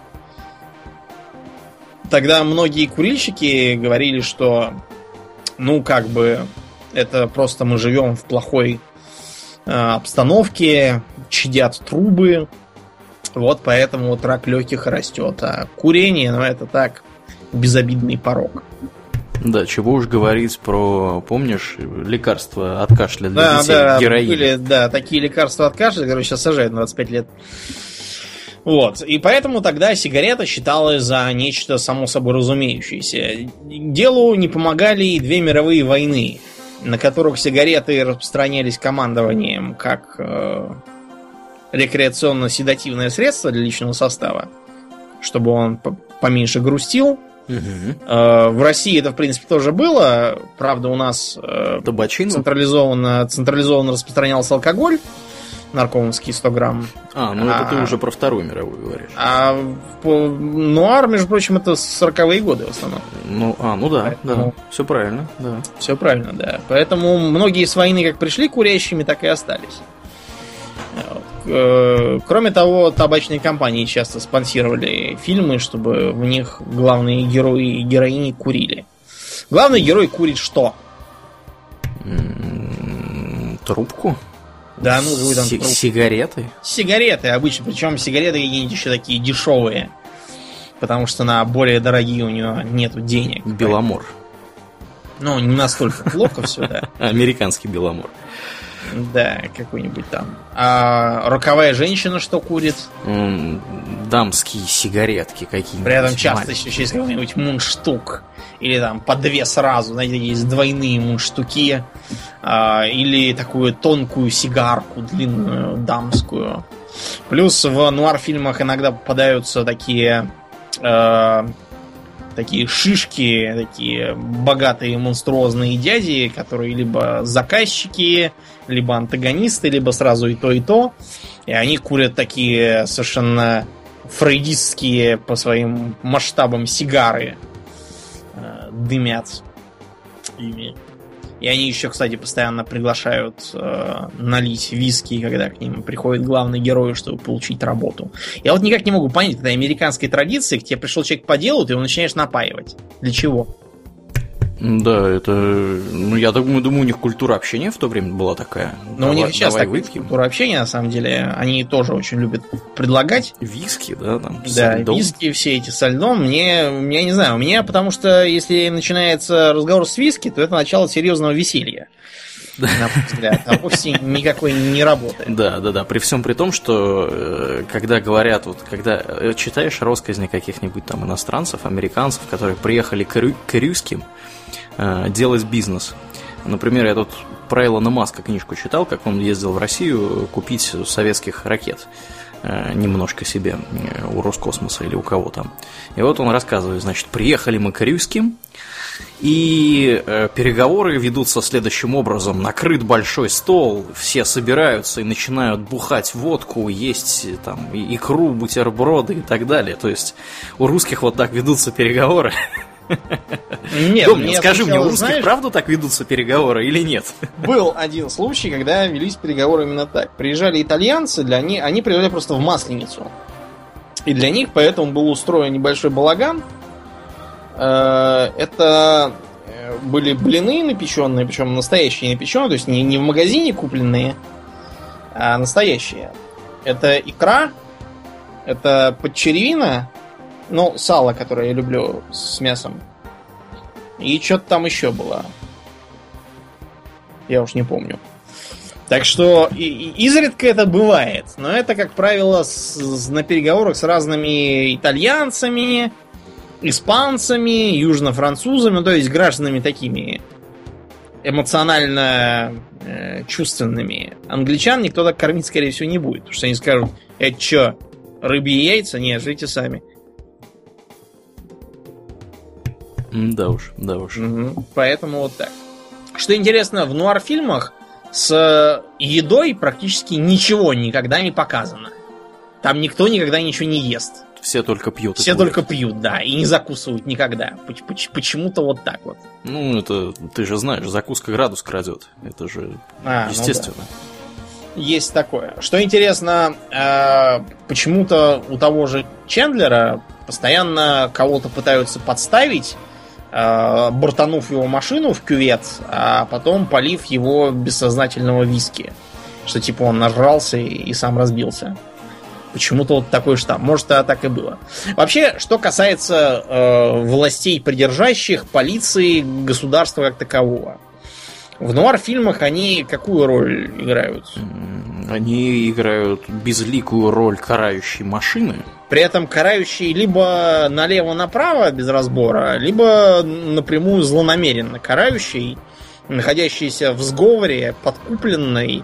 Тогда многие курильщики говорили, что, ну, как бы, это просто мы живем в плохой э, обстановке, чадят трубы, вот поэтому вот рак легких растет. А курение, ну, это так, безобидный порок. Да, чего уж говорить про, помнишь, лекарства от кашля для да, детей, да, героин. Были, да, такие лекарства от кашля, которые сейчас сажают на двадцать пять лет. Вот. И поэтому тогда сигарета считалась за нечто само собой разумеющееся. Делу не помогали и две мировые войны, на которых сигареты распространялись командованием как э, рекреационно-седативное средство для личного состава, чтобы он поменьше грустил. Угу. В России это, в принципе, тоже было. Правда, у нас централизованно, централизованно распространялся алкоголь. Наркомовский сто грамм. А, ну а, это ты уже про Вторую мировую говоришь. А по, нуар, между прочим, это сороковые годы в основном. Ну, а, ну да, Поэтому... да. Все правильно, да. Все правильно, да. Поэтому многие с войны как пришли курящими, так и остались. Кроме того, табачные компании часто спонсировали фильмы, чтобы в них главные герои и героини курили. Главный герой курит что? Трубку? Да, ну, вы там С- сигареты? Сигареты обычно, причем сигареты какие-нибудь еще такие дешевые, потому что на более дорогие у него нету денег. Беломор. Ну, не настолько плохо все, да. Американский Беломор. Да, какой-нибудь там. А роковая женщина что курит? М, Дамские сигаретки какие-нибудь. При этом часто еще есть какой-нибудь мундштук. Или там по две сразу. Знаете, есть двойные мундштуки. А, или такую тонкую сигарку, длинную, дамскую. Плюс в нуар-фильмах иногда попадаются такие... Э, такие шишки, такие богатые монструозные дяди, которые либо заказчики, либо антагонисты, либо сразу и то, и то. И они курят такие совершенно фрейдистские по своим масштабам сигары. Дымят ими. И они еще, кстати, постоянно приглашают э, налить виски, когда к ним приходит главный герой, чтобы получить работу. Я вот никак не могу понять этой американской традиции, к тебе пришел человек по делу, ты его начинаешь напаивать. Для чего? Да, это... Ну, я думаю, думаю, у них культура общения в то время была такая. Но давай, у них сейчас такая культура общения, на самом деле. Они тоже очень любят предлагать. Виски, да? Там, да, виски, все эти со льдом. Мне, я не знаю, у меня, потому что если начинается разговор с виски, то это начало серьезного веселья. На мой взгляд, а вовсе никакой не работает. Да, да, да. При всем при том, что когда говорят, вот когда читаешь россказни каких-нибудь там иностранцев, американцев, которые приехали к, рю- к русским делать бизнес. Например, я тут про Илона Маска книжку читал, как он ездил в Россию купить советских ракет немножко себе у Роскосмоса или у кого там. И вот он рассказывает, значит, приехали мы к русским, и э, переговоры ведутся следующим образом. Накрыт большой стол, все собираются и начинают бухать водку, есть там икру, бутерброды и так далее. То есть у русских вот так ведутся переговоры. Нет, Домнин, скажи мне, у русских знаешь, правда так ведутся переговоры или нет? Был один случай, когда велись переговоры именно так. Приезжали итальянцы, для них, они приезжали просто в Масленицу. И для них поэтому был устроен небольшой балаган. Это были блины напеченные, причем настоящие напеченные, то есть не, не в магазине купленные, а настоящие. Это икра, это подчеревина, ну, сало, которое я люблю с мясом. И что-то там еще было. Я уж не помню. Так что и, и, изредка это бывает. Но это, как правило, с, с, на переговорах с разными итальянцами, испанцами, южно-французами, ну, то есть гражданами такими эмоционально э, чувственными, англичан никто так кормить, скорее всего, не будет. Потому что они скажут: это что, рыбьи яйца? Не, жрите сами. Да уж, да уж. Угу. Поэтому вот так. Что интересно, в нуар-фильмах с едой практически ничего никогда не показано. Там никто никогда ничего не ест. Все только пьют. Все только пьют, да, и не закусывают никогда. Почему-то вот так вот. Ну, это, ты же знаешь, закуска градус крадет. Это же а, естественно. Ну да. Есть такое. Что интересно, э, почему-то у того же Чендлера постоянно кого-то пытаются подставить, э, бортанув его машину в кювет, а потом полив его бессознательного виски. Что типа он нажрался и, и сам разбился. Почему-то вот такой штамп. Может, это так и было. Вообще, что касается э, властей придержащих, полиции, государства как такового. В нуар-фильмах они какую роль играют? Они играют безликую роль карающей машины. При этом карающей либо налево-направо без разбора, либо напрямую злонамеренно карающей, находящейся в сговоре, подкупленной,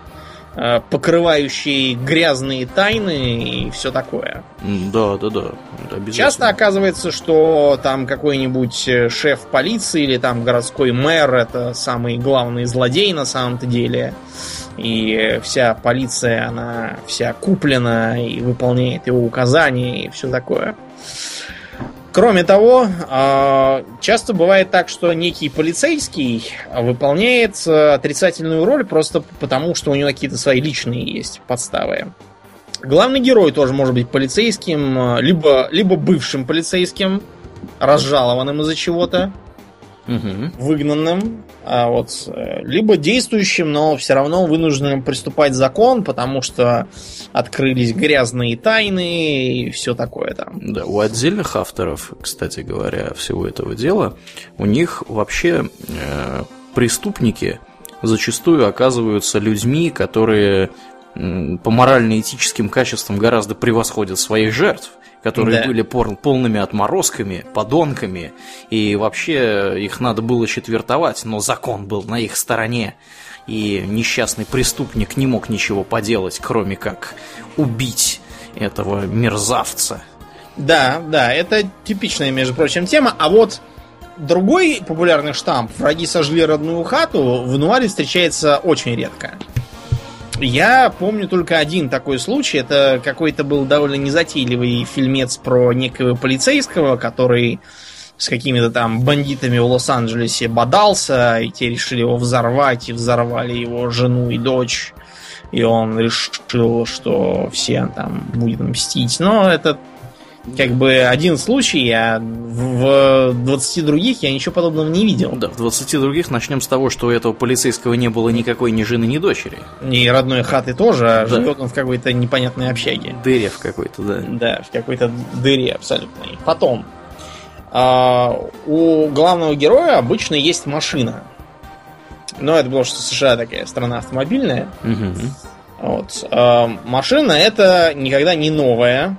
покрывающие грязные тайны и все такое. Да, да, да. Часто оказывается, что там какой-нибудь шеф полиции или там городской мэр — это самый главный злодей на самом-то деле. И вся полиция, она вся куплена и выполняет его указания и все такое. Кроме того, часто бывает так, что некий полицейский выполняет отрицательную роль просто потому, что у него какие-то свои личные есть подставы. Главный герой тоже может быть полицейским, либо, либо бывшим полицейским, разжалованным из-за чего-то, угу. выгнанным, а вот, либо действующим, но все равно вынужденным приступать закон, потому что открылись грязные тайны и все такое там. Да, у отдельных авторов, кстати говоря, всего этого дела, у них вообще э, преступники зачастую оказываются людьми, которые э, по морально-этическим качествам гораздо превосходят своих жертв, которые да. были пор- полными отморозками, подонками, и вообще их надо было четвертовать, но закон был на их стороне, и несчастный преступник не мог ничего поделать, кроме как убить этого мерзавца. Да, да, это типичная, между прочим, тема, а вот другой популярный штамп «Враги сожгли родную хату» в нуаре встречается очень редко. Я помню только один такой случай. Это какой-то был довольно незатейливый фильмец про некого полицейского, который с какими-то там бандитами в Лос-Анджелесе бодался, и те решили его взорвать, и взорвали его жену и дочь. И он решил, что все там будет мстить. Но это как бы один случай, а в двадцати других я ничего подобного не видел. Да, в двадцати других начнем с того, что у этого полицейского не было никакой ни жены, ни дочери. Ни родной хаты тоже, а да. живет он в какой-то непонятной общаге. Дыре в какой-то, да. Да, в какой-то дыре абсолютной. Потом, а, у главного героя обычно есть машина. Но это потому, что США такая страна автомобильная. Угу. Вот. А, машина это никогда не новая.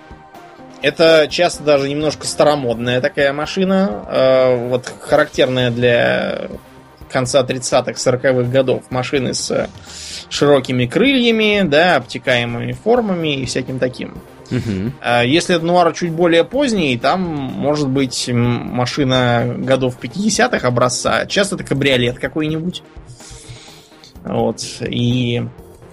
Это часто даже немножко старомодная такая машина, э, вот характерная для конца тридцатых сороковых годов. Машины с широкими крыльями, да, обтекаемыми формами и всяким таким. Угу. А если это нуар чуть более поздний, там может быть машина годов пятидесятых образца. Часто это кабриолет какой-нибудь. Вот. И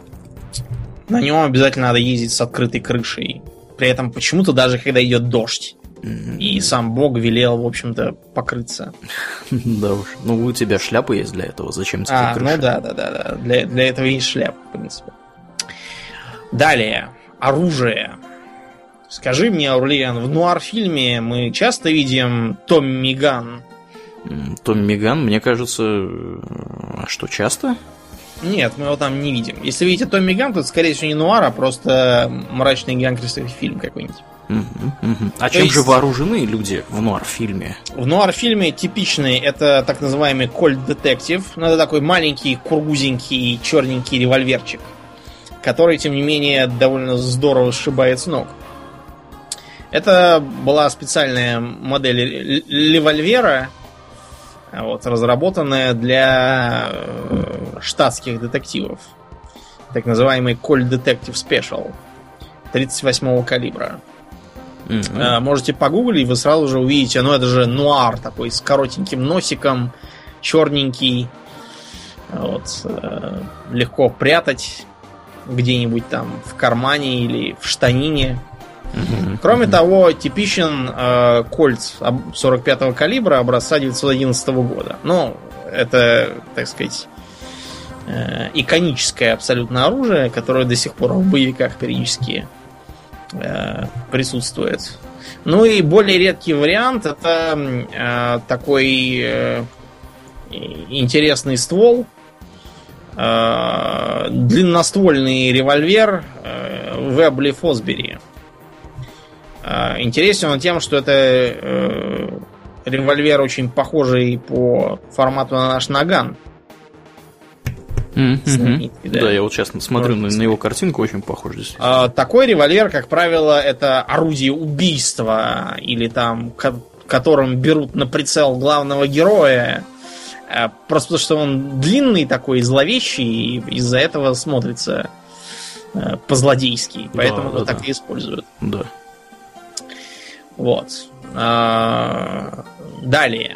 на нем обязательно надо ездить с открытой крышей. При этом почему-то даже когда идет дождь. Mm-hmm. И сам Бог велел, в общем-то, покрыться. Да уж. Ну, у тебя шляпа есть для этого. Зачем тебе а, крыша? Ну да, да, да, да. Для, для этого есть шляпа, в принципе. Далее. Оружие. Скажи мне, Аурлиан, в нуар-фильме мы часто видим Томми Ган? Томми Ган, мне кажется... А что, часто? Нет, мы его там не видим. Если видите Томми Ган, то это, скорее всего, не нуар, а просто мрачный гангстерский фильм какой-нибудь. Угу, угу. А то чем есть... же вооружены люди в нуар-фильме? В нуар-фильме типичный это так называемый кольт-детектив. Ну, это такой маленький, кургузенький, черненький револьверчик, который, тем не менее, довольно здорово сшибает с ног. Это была специальная модель револьвера, Вот, разработанная для штатских детективов. Так называемый Cold Detective Special тридцать восьмого калибра. Mm-hmm. Можете погуглить, вы сразу же увидите, ну это же нуар такой, с коротеньким носиком, черненький. Вот, легко прятать где-нибудь там в кармане или в штанине. Mm-hmm. Кроме mm-hmm. того, типичен э, кольт сорок пятого калибра образца девятьсот одиннадцатого года. Ну, это, так сказать, э, иконическое абсолютно оружие, которое до сих пор в боевиках периодически э, присутствует. Ну и более редкий вариант это э, такой э, интересный ствол, э, длинноствольный револьвер э, Вебли Фосбери. Интересен он тем, что это э, револьвер очень похожий по формату на наш наган. Mm-hmm. Да. да, я вот сейчас смотрю на, на его картинку, очень похож. А, такой револьвер, как правило, это орудие убийства, или там, ко- которым берут на прицел главного героя. А, просто потому, что он длинный такой, зловещий, и из-за этого смотрится э, по-злодейски. Поэтому да, его да, так да. и используют. Да. Вот. А, далее.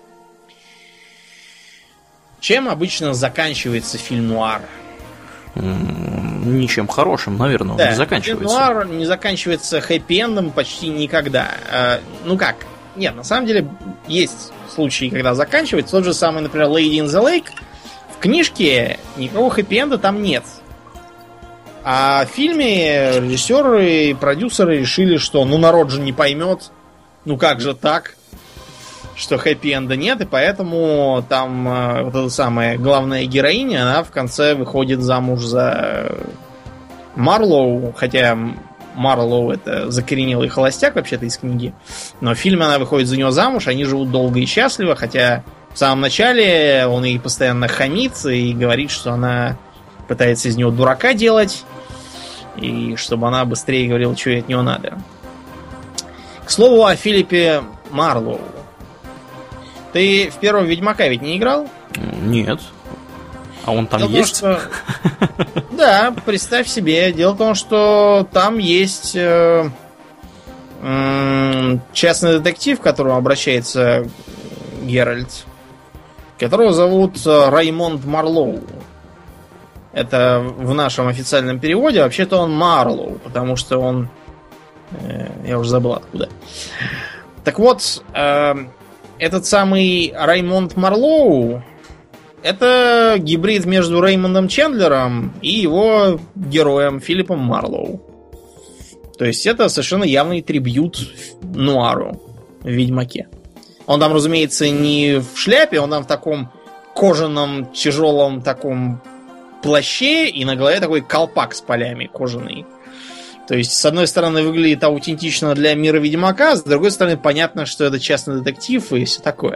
Чем обычно заканчивается фильм нуар? Ничем хорошим, наверное, он да, не заканчивается. Фильм нуар не заканчивается хэппи-эндом почти никогда. А, ну как? Нет, на самом деле есть случаи, когда заканчивается. Тот же самый, например, Lady in the Lake. В книжке никакого хэппи-энда там нет. А в фильме режиссеры и продюсеры решили, что ну народ же не поймет, ну как же так, что хэппи-энда нет, и поэтому там э, вот эта самая главная героиня, она в конце выходит замуж за Марлоу, хотя Марлоу это закоренелый холостяк вообще-то из книги, но в фильме она выходит за него замуж, они живут долго и счастливо, хотя в самом начале он ей постоянно хамит и говорит, что она пытается из него дурака делать, и чтобы она быстрее говорила, что ей от него надо. К слову о Филиппе Марлоу. Ты в первом Ведьмака ведь не играл? Нет. А он там Дело есть? Том, что... Да, представь себе. Дело в том, что там есть э, э, частный детектив, к которому обращается Геральт, которого зовут Раймонд Марлоу. Это в нашем официальном переводе. Вообще-то он Марлоу, потому что он... Э, я уже забыл откуда. Так вот, э, этот самый Раймонд Марлоу это гибрид между Реймондом Чендлером и его героем Филиппом Марлоу. То есть это совершенно явный трибьют нуару в Ведьмаке. Он там, разумеется, не в шляпе, он там в таком кожаном, тяжелом таком плаще, и на голове такой колпак с полями кожаный. То есть, с одной стороны, выглядит аутентично для мира Ведьмака, с другой стороны, понятно, что это частный детектив и все такое.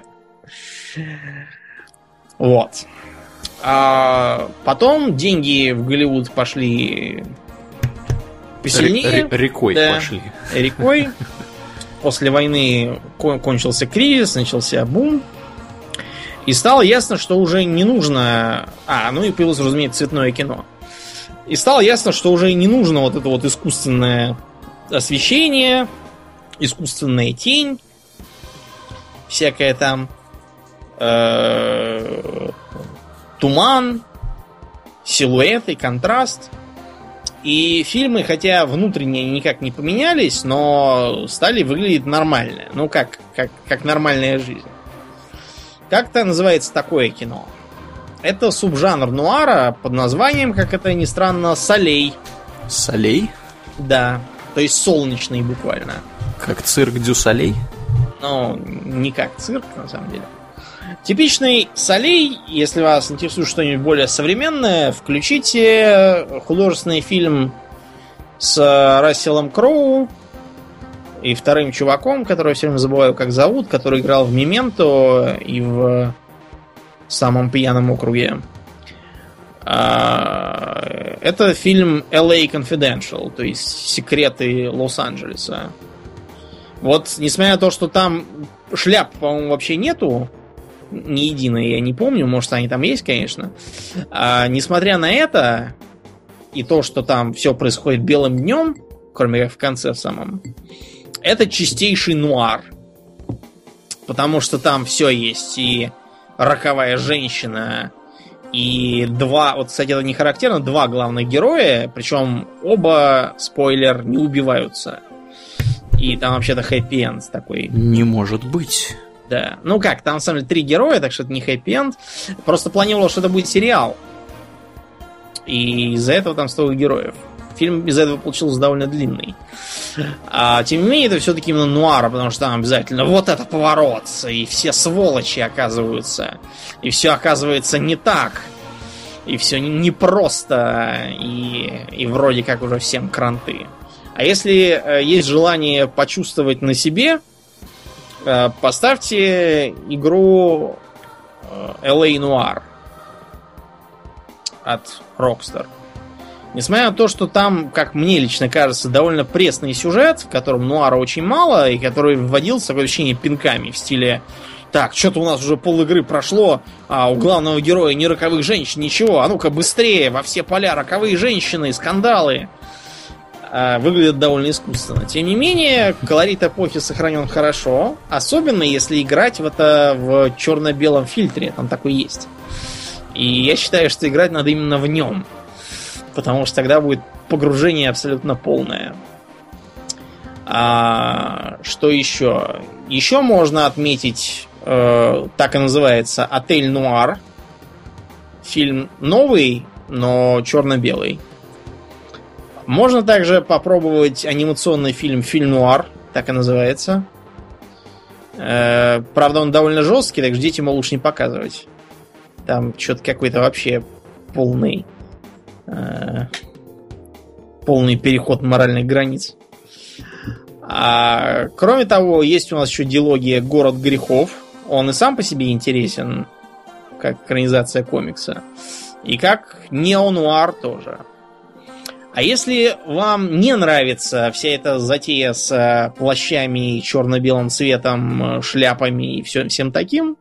Вот. А потом деньги в Голливуд пошли посильнее. Рекой да, пошли. Рекой. После войны кончился кризис, начался бум. И стало ясно, что уже не нужно... А, ну и появилось, разумеется, цветное кино. И стало ясно, что уже не нужно вот это вот искусственное освещение, искусственная тень, всякая там э, туман, силуэты, контраст. И фильмы, хотя внутренне никак не поменялись, но стали выглядеть нормально. Ну, как, как, как нормальная жизнь. Как-то называется такое кино. Это субжанр нуара под названием, как это ни странно, солей. Солей? Да, то есть солнечный буквально. Как цирк дю солей? Ну, не как цирк, на самом деле. Типичный солей, если вас интересует что-нибудь более современное, включите художественный фильм с Расселом Кроу и вторым чуваком, которого я все время забываю, как зовут, который играл в «Мементо» и в «Самом пьяном округе». Это фильм эл эй Confidential, то есть «Секреты Лос-Анджелеса». Вот, несмотря на то, что там шляп, по-моему, вообще нету ни единой я не помню. Может, они там есть, конечно. А, несмотря на это, и то, что там все происходит белым днем, кроме как в конце в самом, это чистейший нуар. Потому что там все есть. И роковая женщина, и два... Вот, кстати, это не характерно. Два главных героя, причем оба, спойлер, не убиваются. И там вообще-то хэппи-энд такой. Не может быть. Да. Ну как, там на самом деле три героя, так что это не хэппи-энд. Просто планировал, что это будет сериал. И из-за этого там столько героев. Фильм из-за этого получился довольно длинный. А, тем не менее, это все-таки именно нуар, потому что там обязательно вот это поворот, и все сволочи оказываются. И все оказывается не так. И все непросто. И, и вроде как уже всем кранты. А если э, есть желание почувствовать на себе, э, поставьте игру э, эл эй Noire от Rockstar. Несмотря на то, что там, как мне лично кажется, довольно пресный сюжет, в котором нуара очень мало, и который вводился, такое ощущение, пинками в стиле: так, что-то у нас уже пол игры прошло, а у главного героя ни роковых женщин, ничего, а ну-ка быстрее, во все поля роковые женщины, скандалы. Выглядит довольно искусственно. Тем не менее, колорит эпохи сохранен хорошо, особенно если играть в это в черно-белом фильтре, там такой есть. И я считаю, что играть надо именно в нем, потому что тогда будет погружение абсолютно полное. А, что еще? Еще можно отметить, э, так и называется, «Отель Нуар». Фильм новый, но черно-белый. Можно также попробовать анимационный фильм «Фильм Нуар», так и называется. Э, правда, он довольно жесткий, так ждите, ему лучше не показывать. Там что-то какой-то вообще полный э, полный переход моральных границ. А, кроме того, есть у нас еще дилогия «Город грехов». Он и сам по себе интересен, как экранизация комикса. И как неонуар тоже. А если вам не нравится вся эта затея с плащами, черно-белым цветом, шляпами и все, всем таким,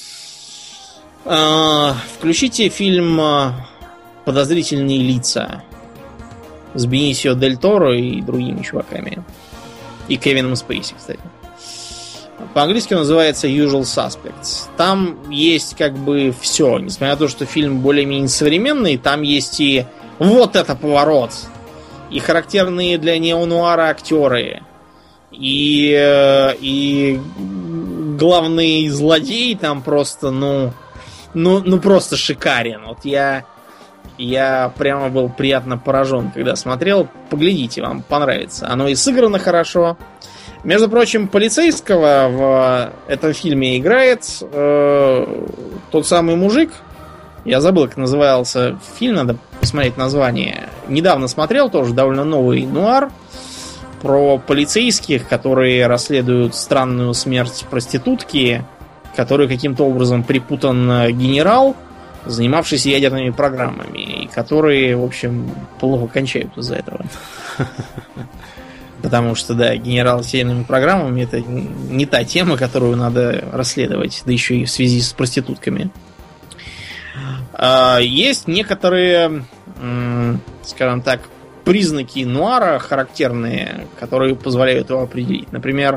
э, включите фильм «Подозрительные лица» с Бенисио Дель Торо и другими чуваками. И Кевином Спейси, кстати. По-английски он называется Usual Suspects. Там есть как бы все. Несмотря на то, что фильм более-менее современный, там есть и вот это поворот. И характерные для неонуара актеры. И, и главный злодей там просто, ну, ну, ну просто шикарен. Вот я, я прямо был приятно поражен, когда смотрел. Поглядите, вам понравится. Оно и сыграно хорошо. Между прочим, полицейского в этом фильме играет э, тот самый мужик. Я забыл, как назывался фильм, надо посмотреть название. Недавно смотрел, тоже довольно новый нуар про полицейских, которые расследуют странную смерть проститутки, которой каким-то образом припутан генерал, занимавшийся ядерными программами, и которые, в общем, плохо кончают из-за этого. Потому что, да, генерал с ядерными программами — это не та тема, которую надо расследовать, да еще и в связи с проститутками. Есть некоторые, скажем так, признаки нуара характерные, которые позволяют его определить. Например,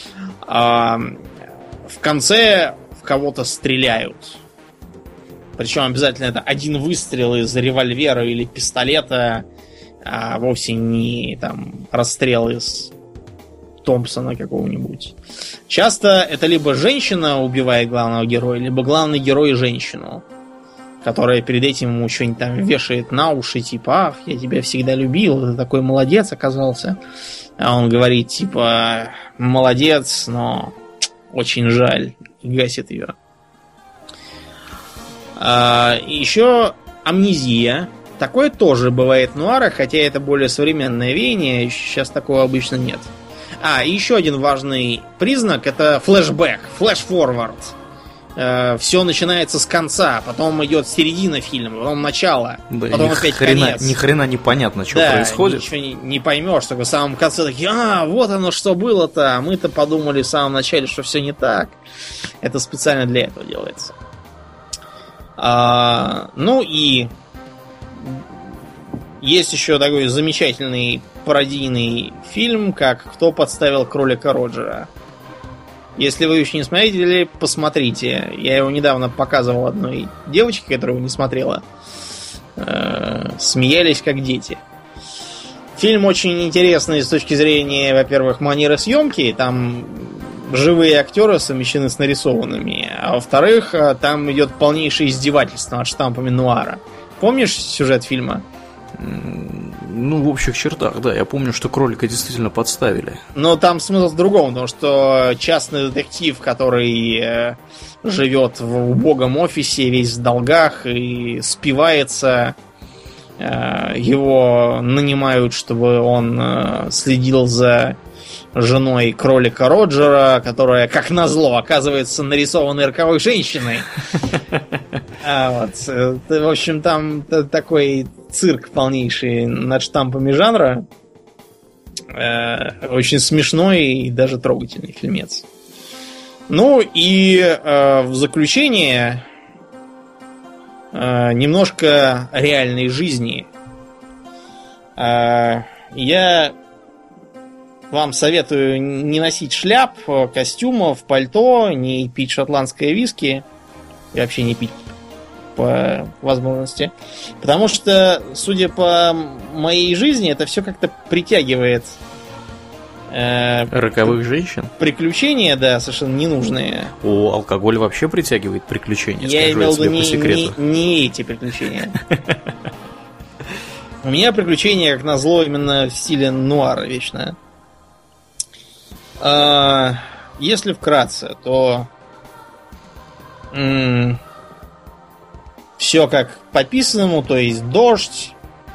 в конце в кого-то стреляют. Причем обязательно это один выстрел из револьвера или пистолета, а вовсе не там расстрел из Томпсона какого-нибудь. Часто это либо женщина убивает главного героя, либо главный герой женщину, которая перед этим ему что-нибудь там вешает на уши, типа: ах, я тебя всегда любил, ты такой молодец оказался. А он говорит, типа: молодец, но очень жаль, и гасит ее. А, еще амнезия. Такое тоже бывает в нуарах, хотя это более современное веяние, сейчас такого обычно нет. А, и еще один важный признак — это флешбэк, флэш-форвард. э, все начинается с конца, потом идет середина фильма, потом начало, да, потом ни опять хрена, конец. Ни хрена непонятно, что да, происходит. Ничего не, не поймешь, только в самом конце такие, а, вот оно что было-то, а мы-то подумали в самом начале, что все не так. Это специально для этого делается. А, ну и есть еще такой замечательный пародийный фильм, как «Кто подставил кролика Роджера». Если вы еще не смотрели, посмотрите. Я его недавно показывал одной девочке, которая его не смотрела. Э-э- смеялись как дети. Фильм очень интересный с точки зрения, во-первых, манеры съемки. Там живые актеры совмещены с нарисованными. А во-вторых, там идет полнейшее издевательство над штампами нуара. Помнишь сюжет фильма? Ну, в общих чертах, да. Я помню, что кролика действительно подставили. Но там смысл в другом, потому что частный детектив, который э, живет в убогом офисе, весь в долгах и спивается, э, его нанимают, чтобы он э, следил за женой кролика Роджера, которая, как назло, оказывается нарисованной роковой женщиной. А вот, в общем, там такой цирк полнейший над штампами жанра. Очень смешной и даже трогательный фильмец. Ну и в заключение немножко реальной жизни. Я вам советую не носить шляп, костюмов, пальто, не пить шотландское виски и вообще не пить по возможности. Потому что, судя по моей жизни, это все как-то притягивает э, роковых женщин. Приключения, да, совершенно ненужные. О, алкоголь вообще притягивает приключения. Я скажу имел я в виду тебе не, по секрету. не, не эти приключения. У меня приключения, как назло, именно в стиле нуара вечно. Если вкратце, то м- все как по писанному, то есть дождь,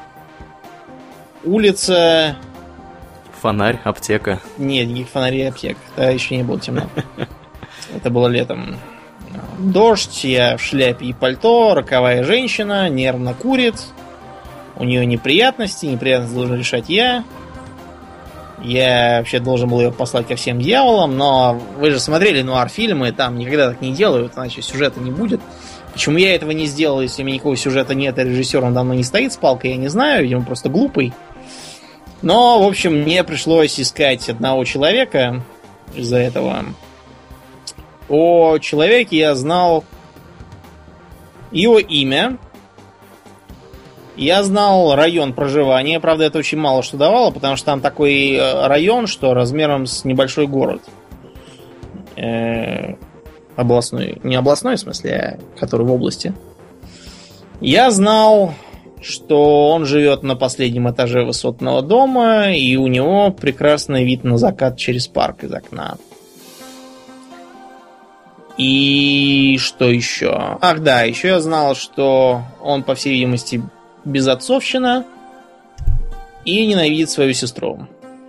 улица. Фонарь, аптека. Нет, никаких фонарей и аптек. Тогда еще не было темно. Это было летом. Дождь, я в шляпе и пальто, роковая женщина, нервно курит. У нее неприятности, неприятности должен решать я. Я вообще должен был ее послать ко всем дьяволам, но вы же смотрели нуар-фильмы, там никогда так не делают, иначе сюжета не будет. Почему я этого не сделал, если у меня никакого сюжета нет, а режиссер он давно не стоит с палкой, я не знаю, видимо, просто глупый. Но, в общем, мне пришлось искать одного человека из-за этого. О человеке я знал его имя. Я знал район проживания, правда, это очень мало что давало, потому что там такой район, что размером с небольшой город. Э-э- областной. Не областной, в смысле, а который в области. Я знал, что он живет на последнем этаже высотного дома, и у него прекрасный вид на закат через парк из окна. И что еще? Ах да, еще я знал, что он, по всей видимости, безотцовщина и ненавидит свою сестру.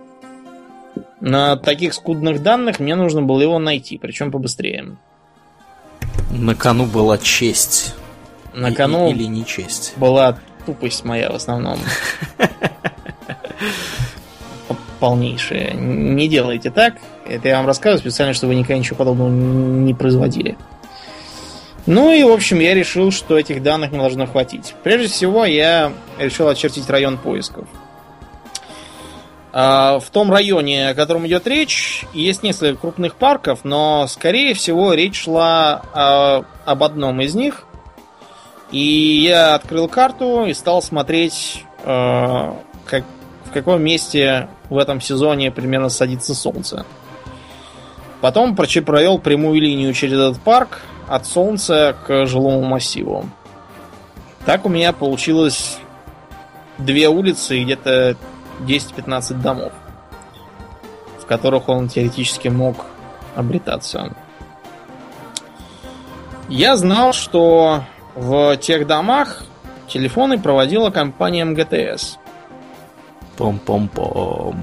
На таких скудных данных мне нужно было его найти, причем побыстрее. На кону была честь. На кону или не честь. Была тупость моя в основном. Полнейшая. Не делайте так. Это я вам рассказываю специально, чтобы вы никогда ничего подобного не производили. Ну и, в общем, я решил, что этих данных мне должно хватить. Прежде всего, я решил очертить район поисков. В том районе, о котором идет речь, есть несколько крупных парков, но, скорее всего, речь шла о, об одном из них. И я открыл карту и стал смотреть, как, в каком месте в этом сезоне примерно садится солнце. Потом провел прямую линию через этот парк от солнца к жилому массиву. Так у меня получилось две улицы и где-то десять-пятнадцать домов, в которых он теоретически мог обретаться. Я знал, что в тех домах телефоны проводила компания эм гэ тэ эс. Пом-пом-пом.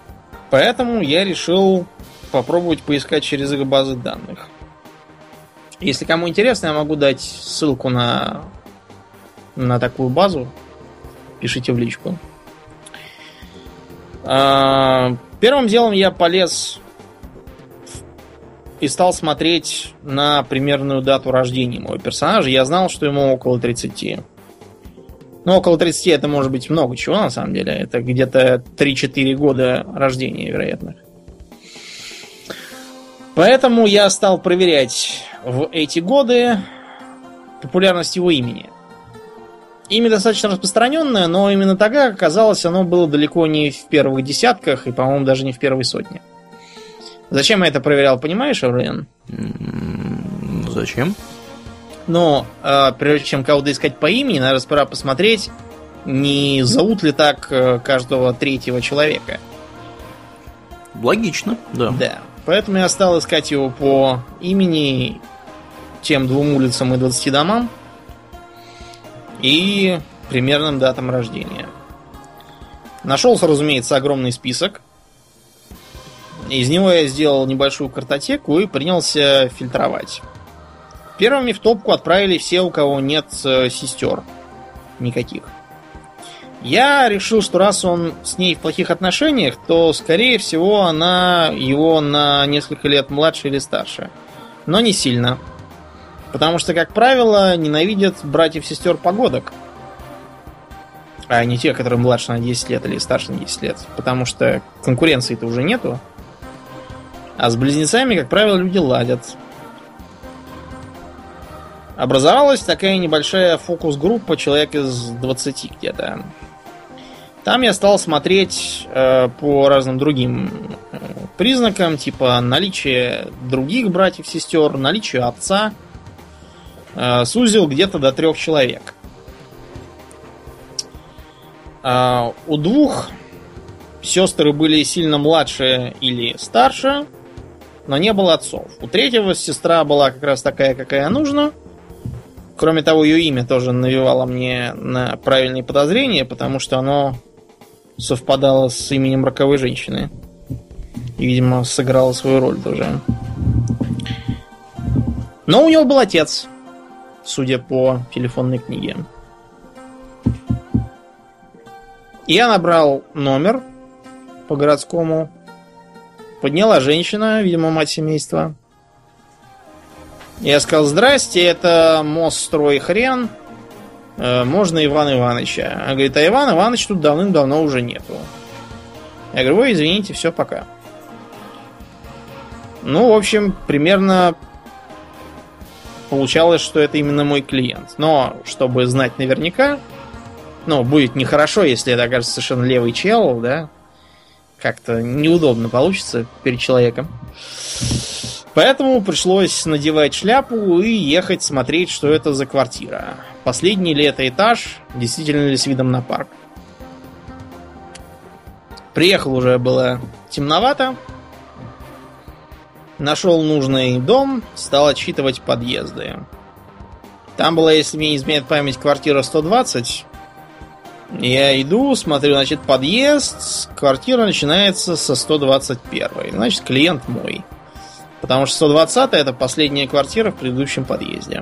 Поэтому я решил попробовать поискать через их базы данных. Если кому интересно, я могу дать ссылку на, на такую базу. Пишите в личку. Первым делом я полез и стал смотреть на примерную дату рождения моего персонажа. Я знал, что ему около тридцати. Ну, около тридцати это может быть много чего, на самом деле. Это где-то три-четыре года рождения, вероятно. Поэтому я стал проверять в эти годы популярность его имени. Имя достаточно распространенное, но именно тогда, оказалось, оно было далеко не в первых десятках и, по-моему, даже не в первой сотне. Зачем я это проверял, понимаешь, Аурлиен? Зачем? Ну, э, прежде чем кого-то искать по имени, надо сперва посмотреть, не зовут ли так э, каждого третьего человека. Логично, да. Да. Поэтому я стал искать его по имени, тем двум улицам и двадцати домам и примерным датам рождения. Нашелся, разумеется, огромный список. Из него я сделал небольшую картотеку и принялся фильтровать. Первыми в топку отправили все, у кого нет э, сестер. Никаких. Я решил, что раз он с ней в плохих отношениях, то, скорее всего, она его на несколько лет младше или старше. Но не сильно. Потому что, как правило, ненавидят братьев-сестер погодок. А не те, которые младше на десять лет или старше на десять лет. Потому что конкуренции-то уже нету. А с близнецами, как правило, люди ладят. Образовалась такая небольшая фокус-группа, человек из двадцати где-то. Там я стал смотреть э, по разным другим э, признакам, типа наличие других братьев-сестер, наличие отца. Э, сузил где-то до трех человек. Э, у двух сестры были сильно младше или старше, но не было отцов. У третьего сестра была как раз такая, какая нужна. Кроме того, ее имя тоже навевало мне на правильные подозрения, потому что оно совпадало с именем роковой женщины. И, видимо, сыграло свою роль тоже. Но у него был отец, судя по телефонной книге. Я набрал номер по городскому. Подняла женщина, видимо, мать семейства. Я сказал: здрасте, это Мосстрой Хрен. Э, можно Ивана Ивановича? Она говорит: а Иван Иванович тут давным-давно уже нету. Я говорю: ой, извините, все, пока. Ну, в общем, примерно получалось, что это именно мой клиент. Но, чтобы знать наверняка, ну, будет нехорошо, если это окажется совершенно левый чел, да? Как-то неудобно получится перед человеком. Поэтому пришлось надевать шляпу и ехать смотреть, что это за квартира. Последний ли это этаж, действительно ли с видом на парк. Приехал, уже было темновато. Нашел нужный дом, стал отсчитывать подъезды. Там была, если мне не изменяет память, квартира сто двадцать. Я иду, смотрю, значит, подъезд. Квартира начинается со сто двадцать первой. Значит, клиент мой. Потому что сто двадцатая это последняя квартира в предыдущем подъезде.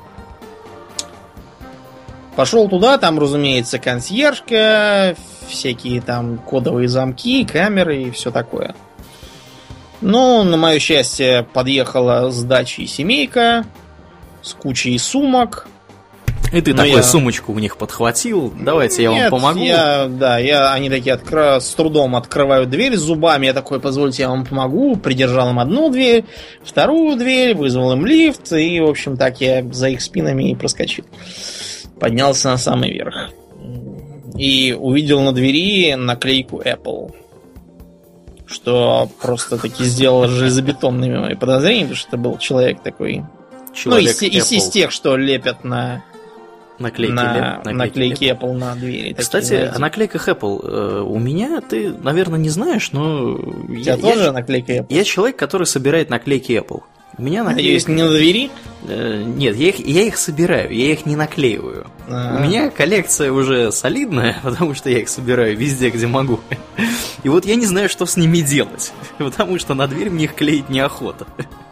Пошел туда, там, разумеется, консьержка, всякие там кодовые замки, камеры и все такое. Ну, на мое счастье, подъехала с дачей семейка с кучей сумок. И ты Но такой я... сумочку у них подхватил. Давайте я Нет, вам помогу. Я, да, я, они такие откро... с трудом открывают дверь с зубами. Я такой: позвольте, я вам помогу. Придержал им одну дверь, вторую дверь, вызвал им лифт. И, в общем, так я за их спинами и проскочил. Поднялся на самый верх. И увидел на двери наклейку Apple. Что просто таки сделало железобетонными мои подозрения, потому что это был человек такой... Человек ну, из, из, из тех, что лепят на... Наклейки, на, наклейки, наклейки Apple. Apple на двери. Кстати, такие, о наклейках Apple э, у меня, ты, наверное, не знаешь, но... У я, тебя тоже я, наклейка Apple? Я человек, который собирает наклейки Apple. У меня наклейки... Надеюсь, не на двери? Э, нет, я их, я их собираю, я их не наклеиваю. А-а-а. У меня коллекция уже солидная, потому что я их собираю везде, где могу. И вот я не знаю, что с ними делать, потому что на дверь мне их клеить неохота.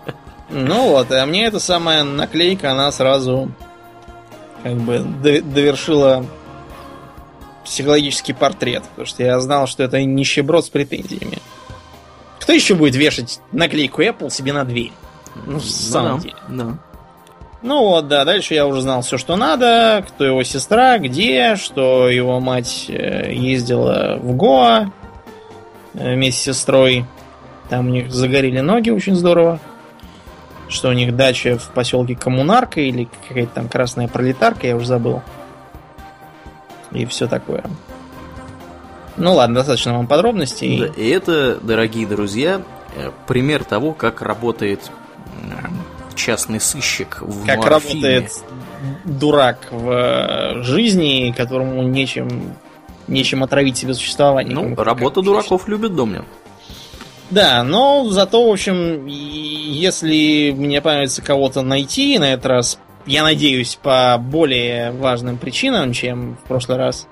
Ну вот, а мне эта самая наклейка, она сразу как бы довершила психологический портрет, потому что я знал, что это нищеброд с претензиями. Кто еще будет вешать наклейку Apple себе на дверь? Ну, в самом да, деле. Да. Ну вот, да, дальше я уже знал все, что надо, кто его сестра, где, что его мать ездила в Гоа вместе с сестрой. Там у них загорели ноги очень здорово. Что у них дача в поселке Коммунарка или какая-то там красная пролетарка, я уже забыл. И все такое. Ну ладно, достаточно вам подробностей. Да, и это, дорогие друзья, пример того, как работает частный сыщик в Как морфине. работает дурак в жизни, которому нечем, нечем отравить себе существование. Ну, работа дураков любит Домнин. Да, но зато, в общем, если мне понравится кого-то найти на этот раз, я надеюсь, по более важным причинам, чем в прошлый раз,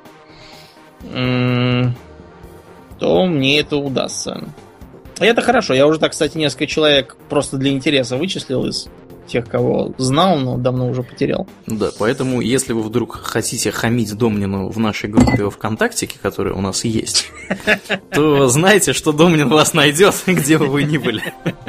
то мне это удастся. И это хорошо. Я уже так, кстати, несколько человек просто для интереса вычислил из тех, кого знал, но давно уже потерял. Да, поэтому, если вы вдруг хотите хамить Домнину в нашей группе во ВКонтактике, которая у нас есть, то знайте, что Домнин вас найдет, где бы вы ни были.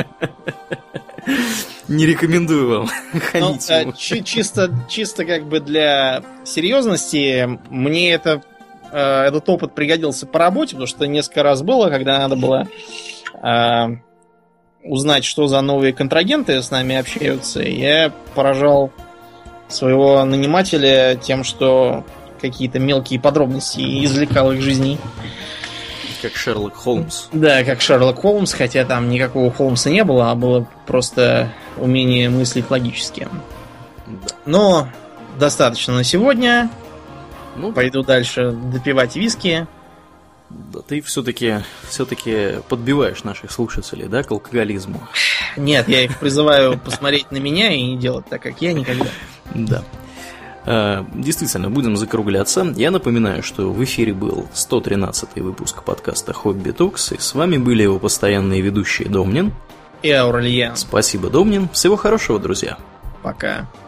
Не рекомендую вам хамить ну, ему. Чи- чисто, чисто как бы для серьезности, мне это, э, этот опыт пригодился по работе, потому что несколько раз было, когда надо было э, узнать, что за новые контрагенты с нами общаются. Я поражал своего нанимателя тем, что какие-то мелкие подробности извлекал их жизни. Как Шерлок Холмс. Да, как Шерлок Холмс, хотя там никакого Холмса не было, а было просто умение мыслить логически. Да. Но достаточно на сегодня. Ну, Пойду дальше допивать виски. да, ты все-таки все-таки подбиваешь наших слушателей, да, к алкоголизму. Нет, я их призываю посмотреть на меня и не делать так, как я никогда. Да. Действительно, будем закругляться. Я напоминаю, что в эфире был сто тринадцатый выпуск подкаста Хобби Токс, и с вами были его постоянные ведущие Домнин И Аурельян. Спасибо, Домнин. Всего хорошего, друзья. Пока.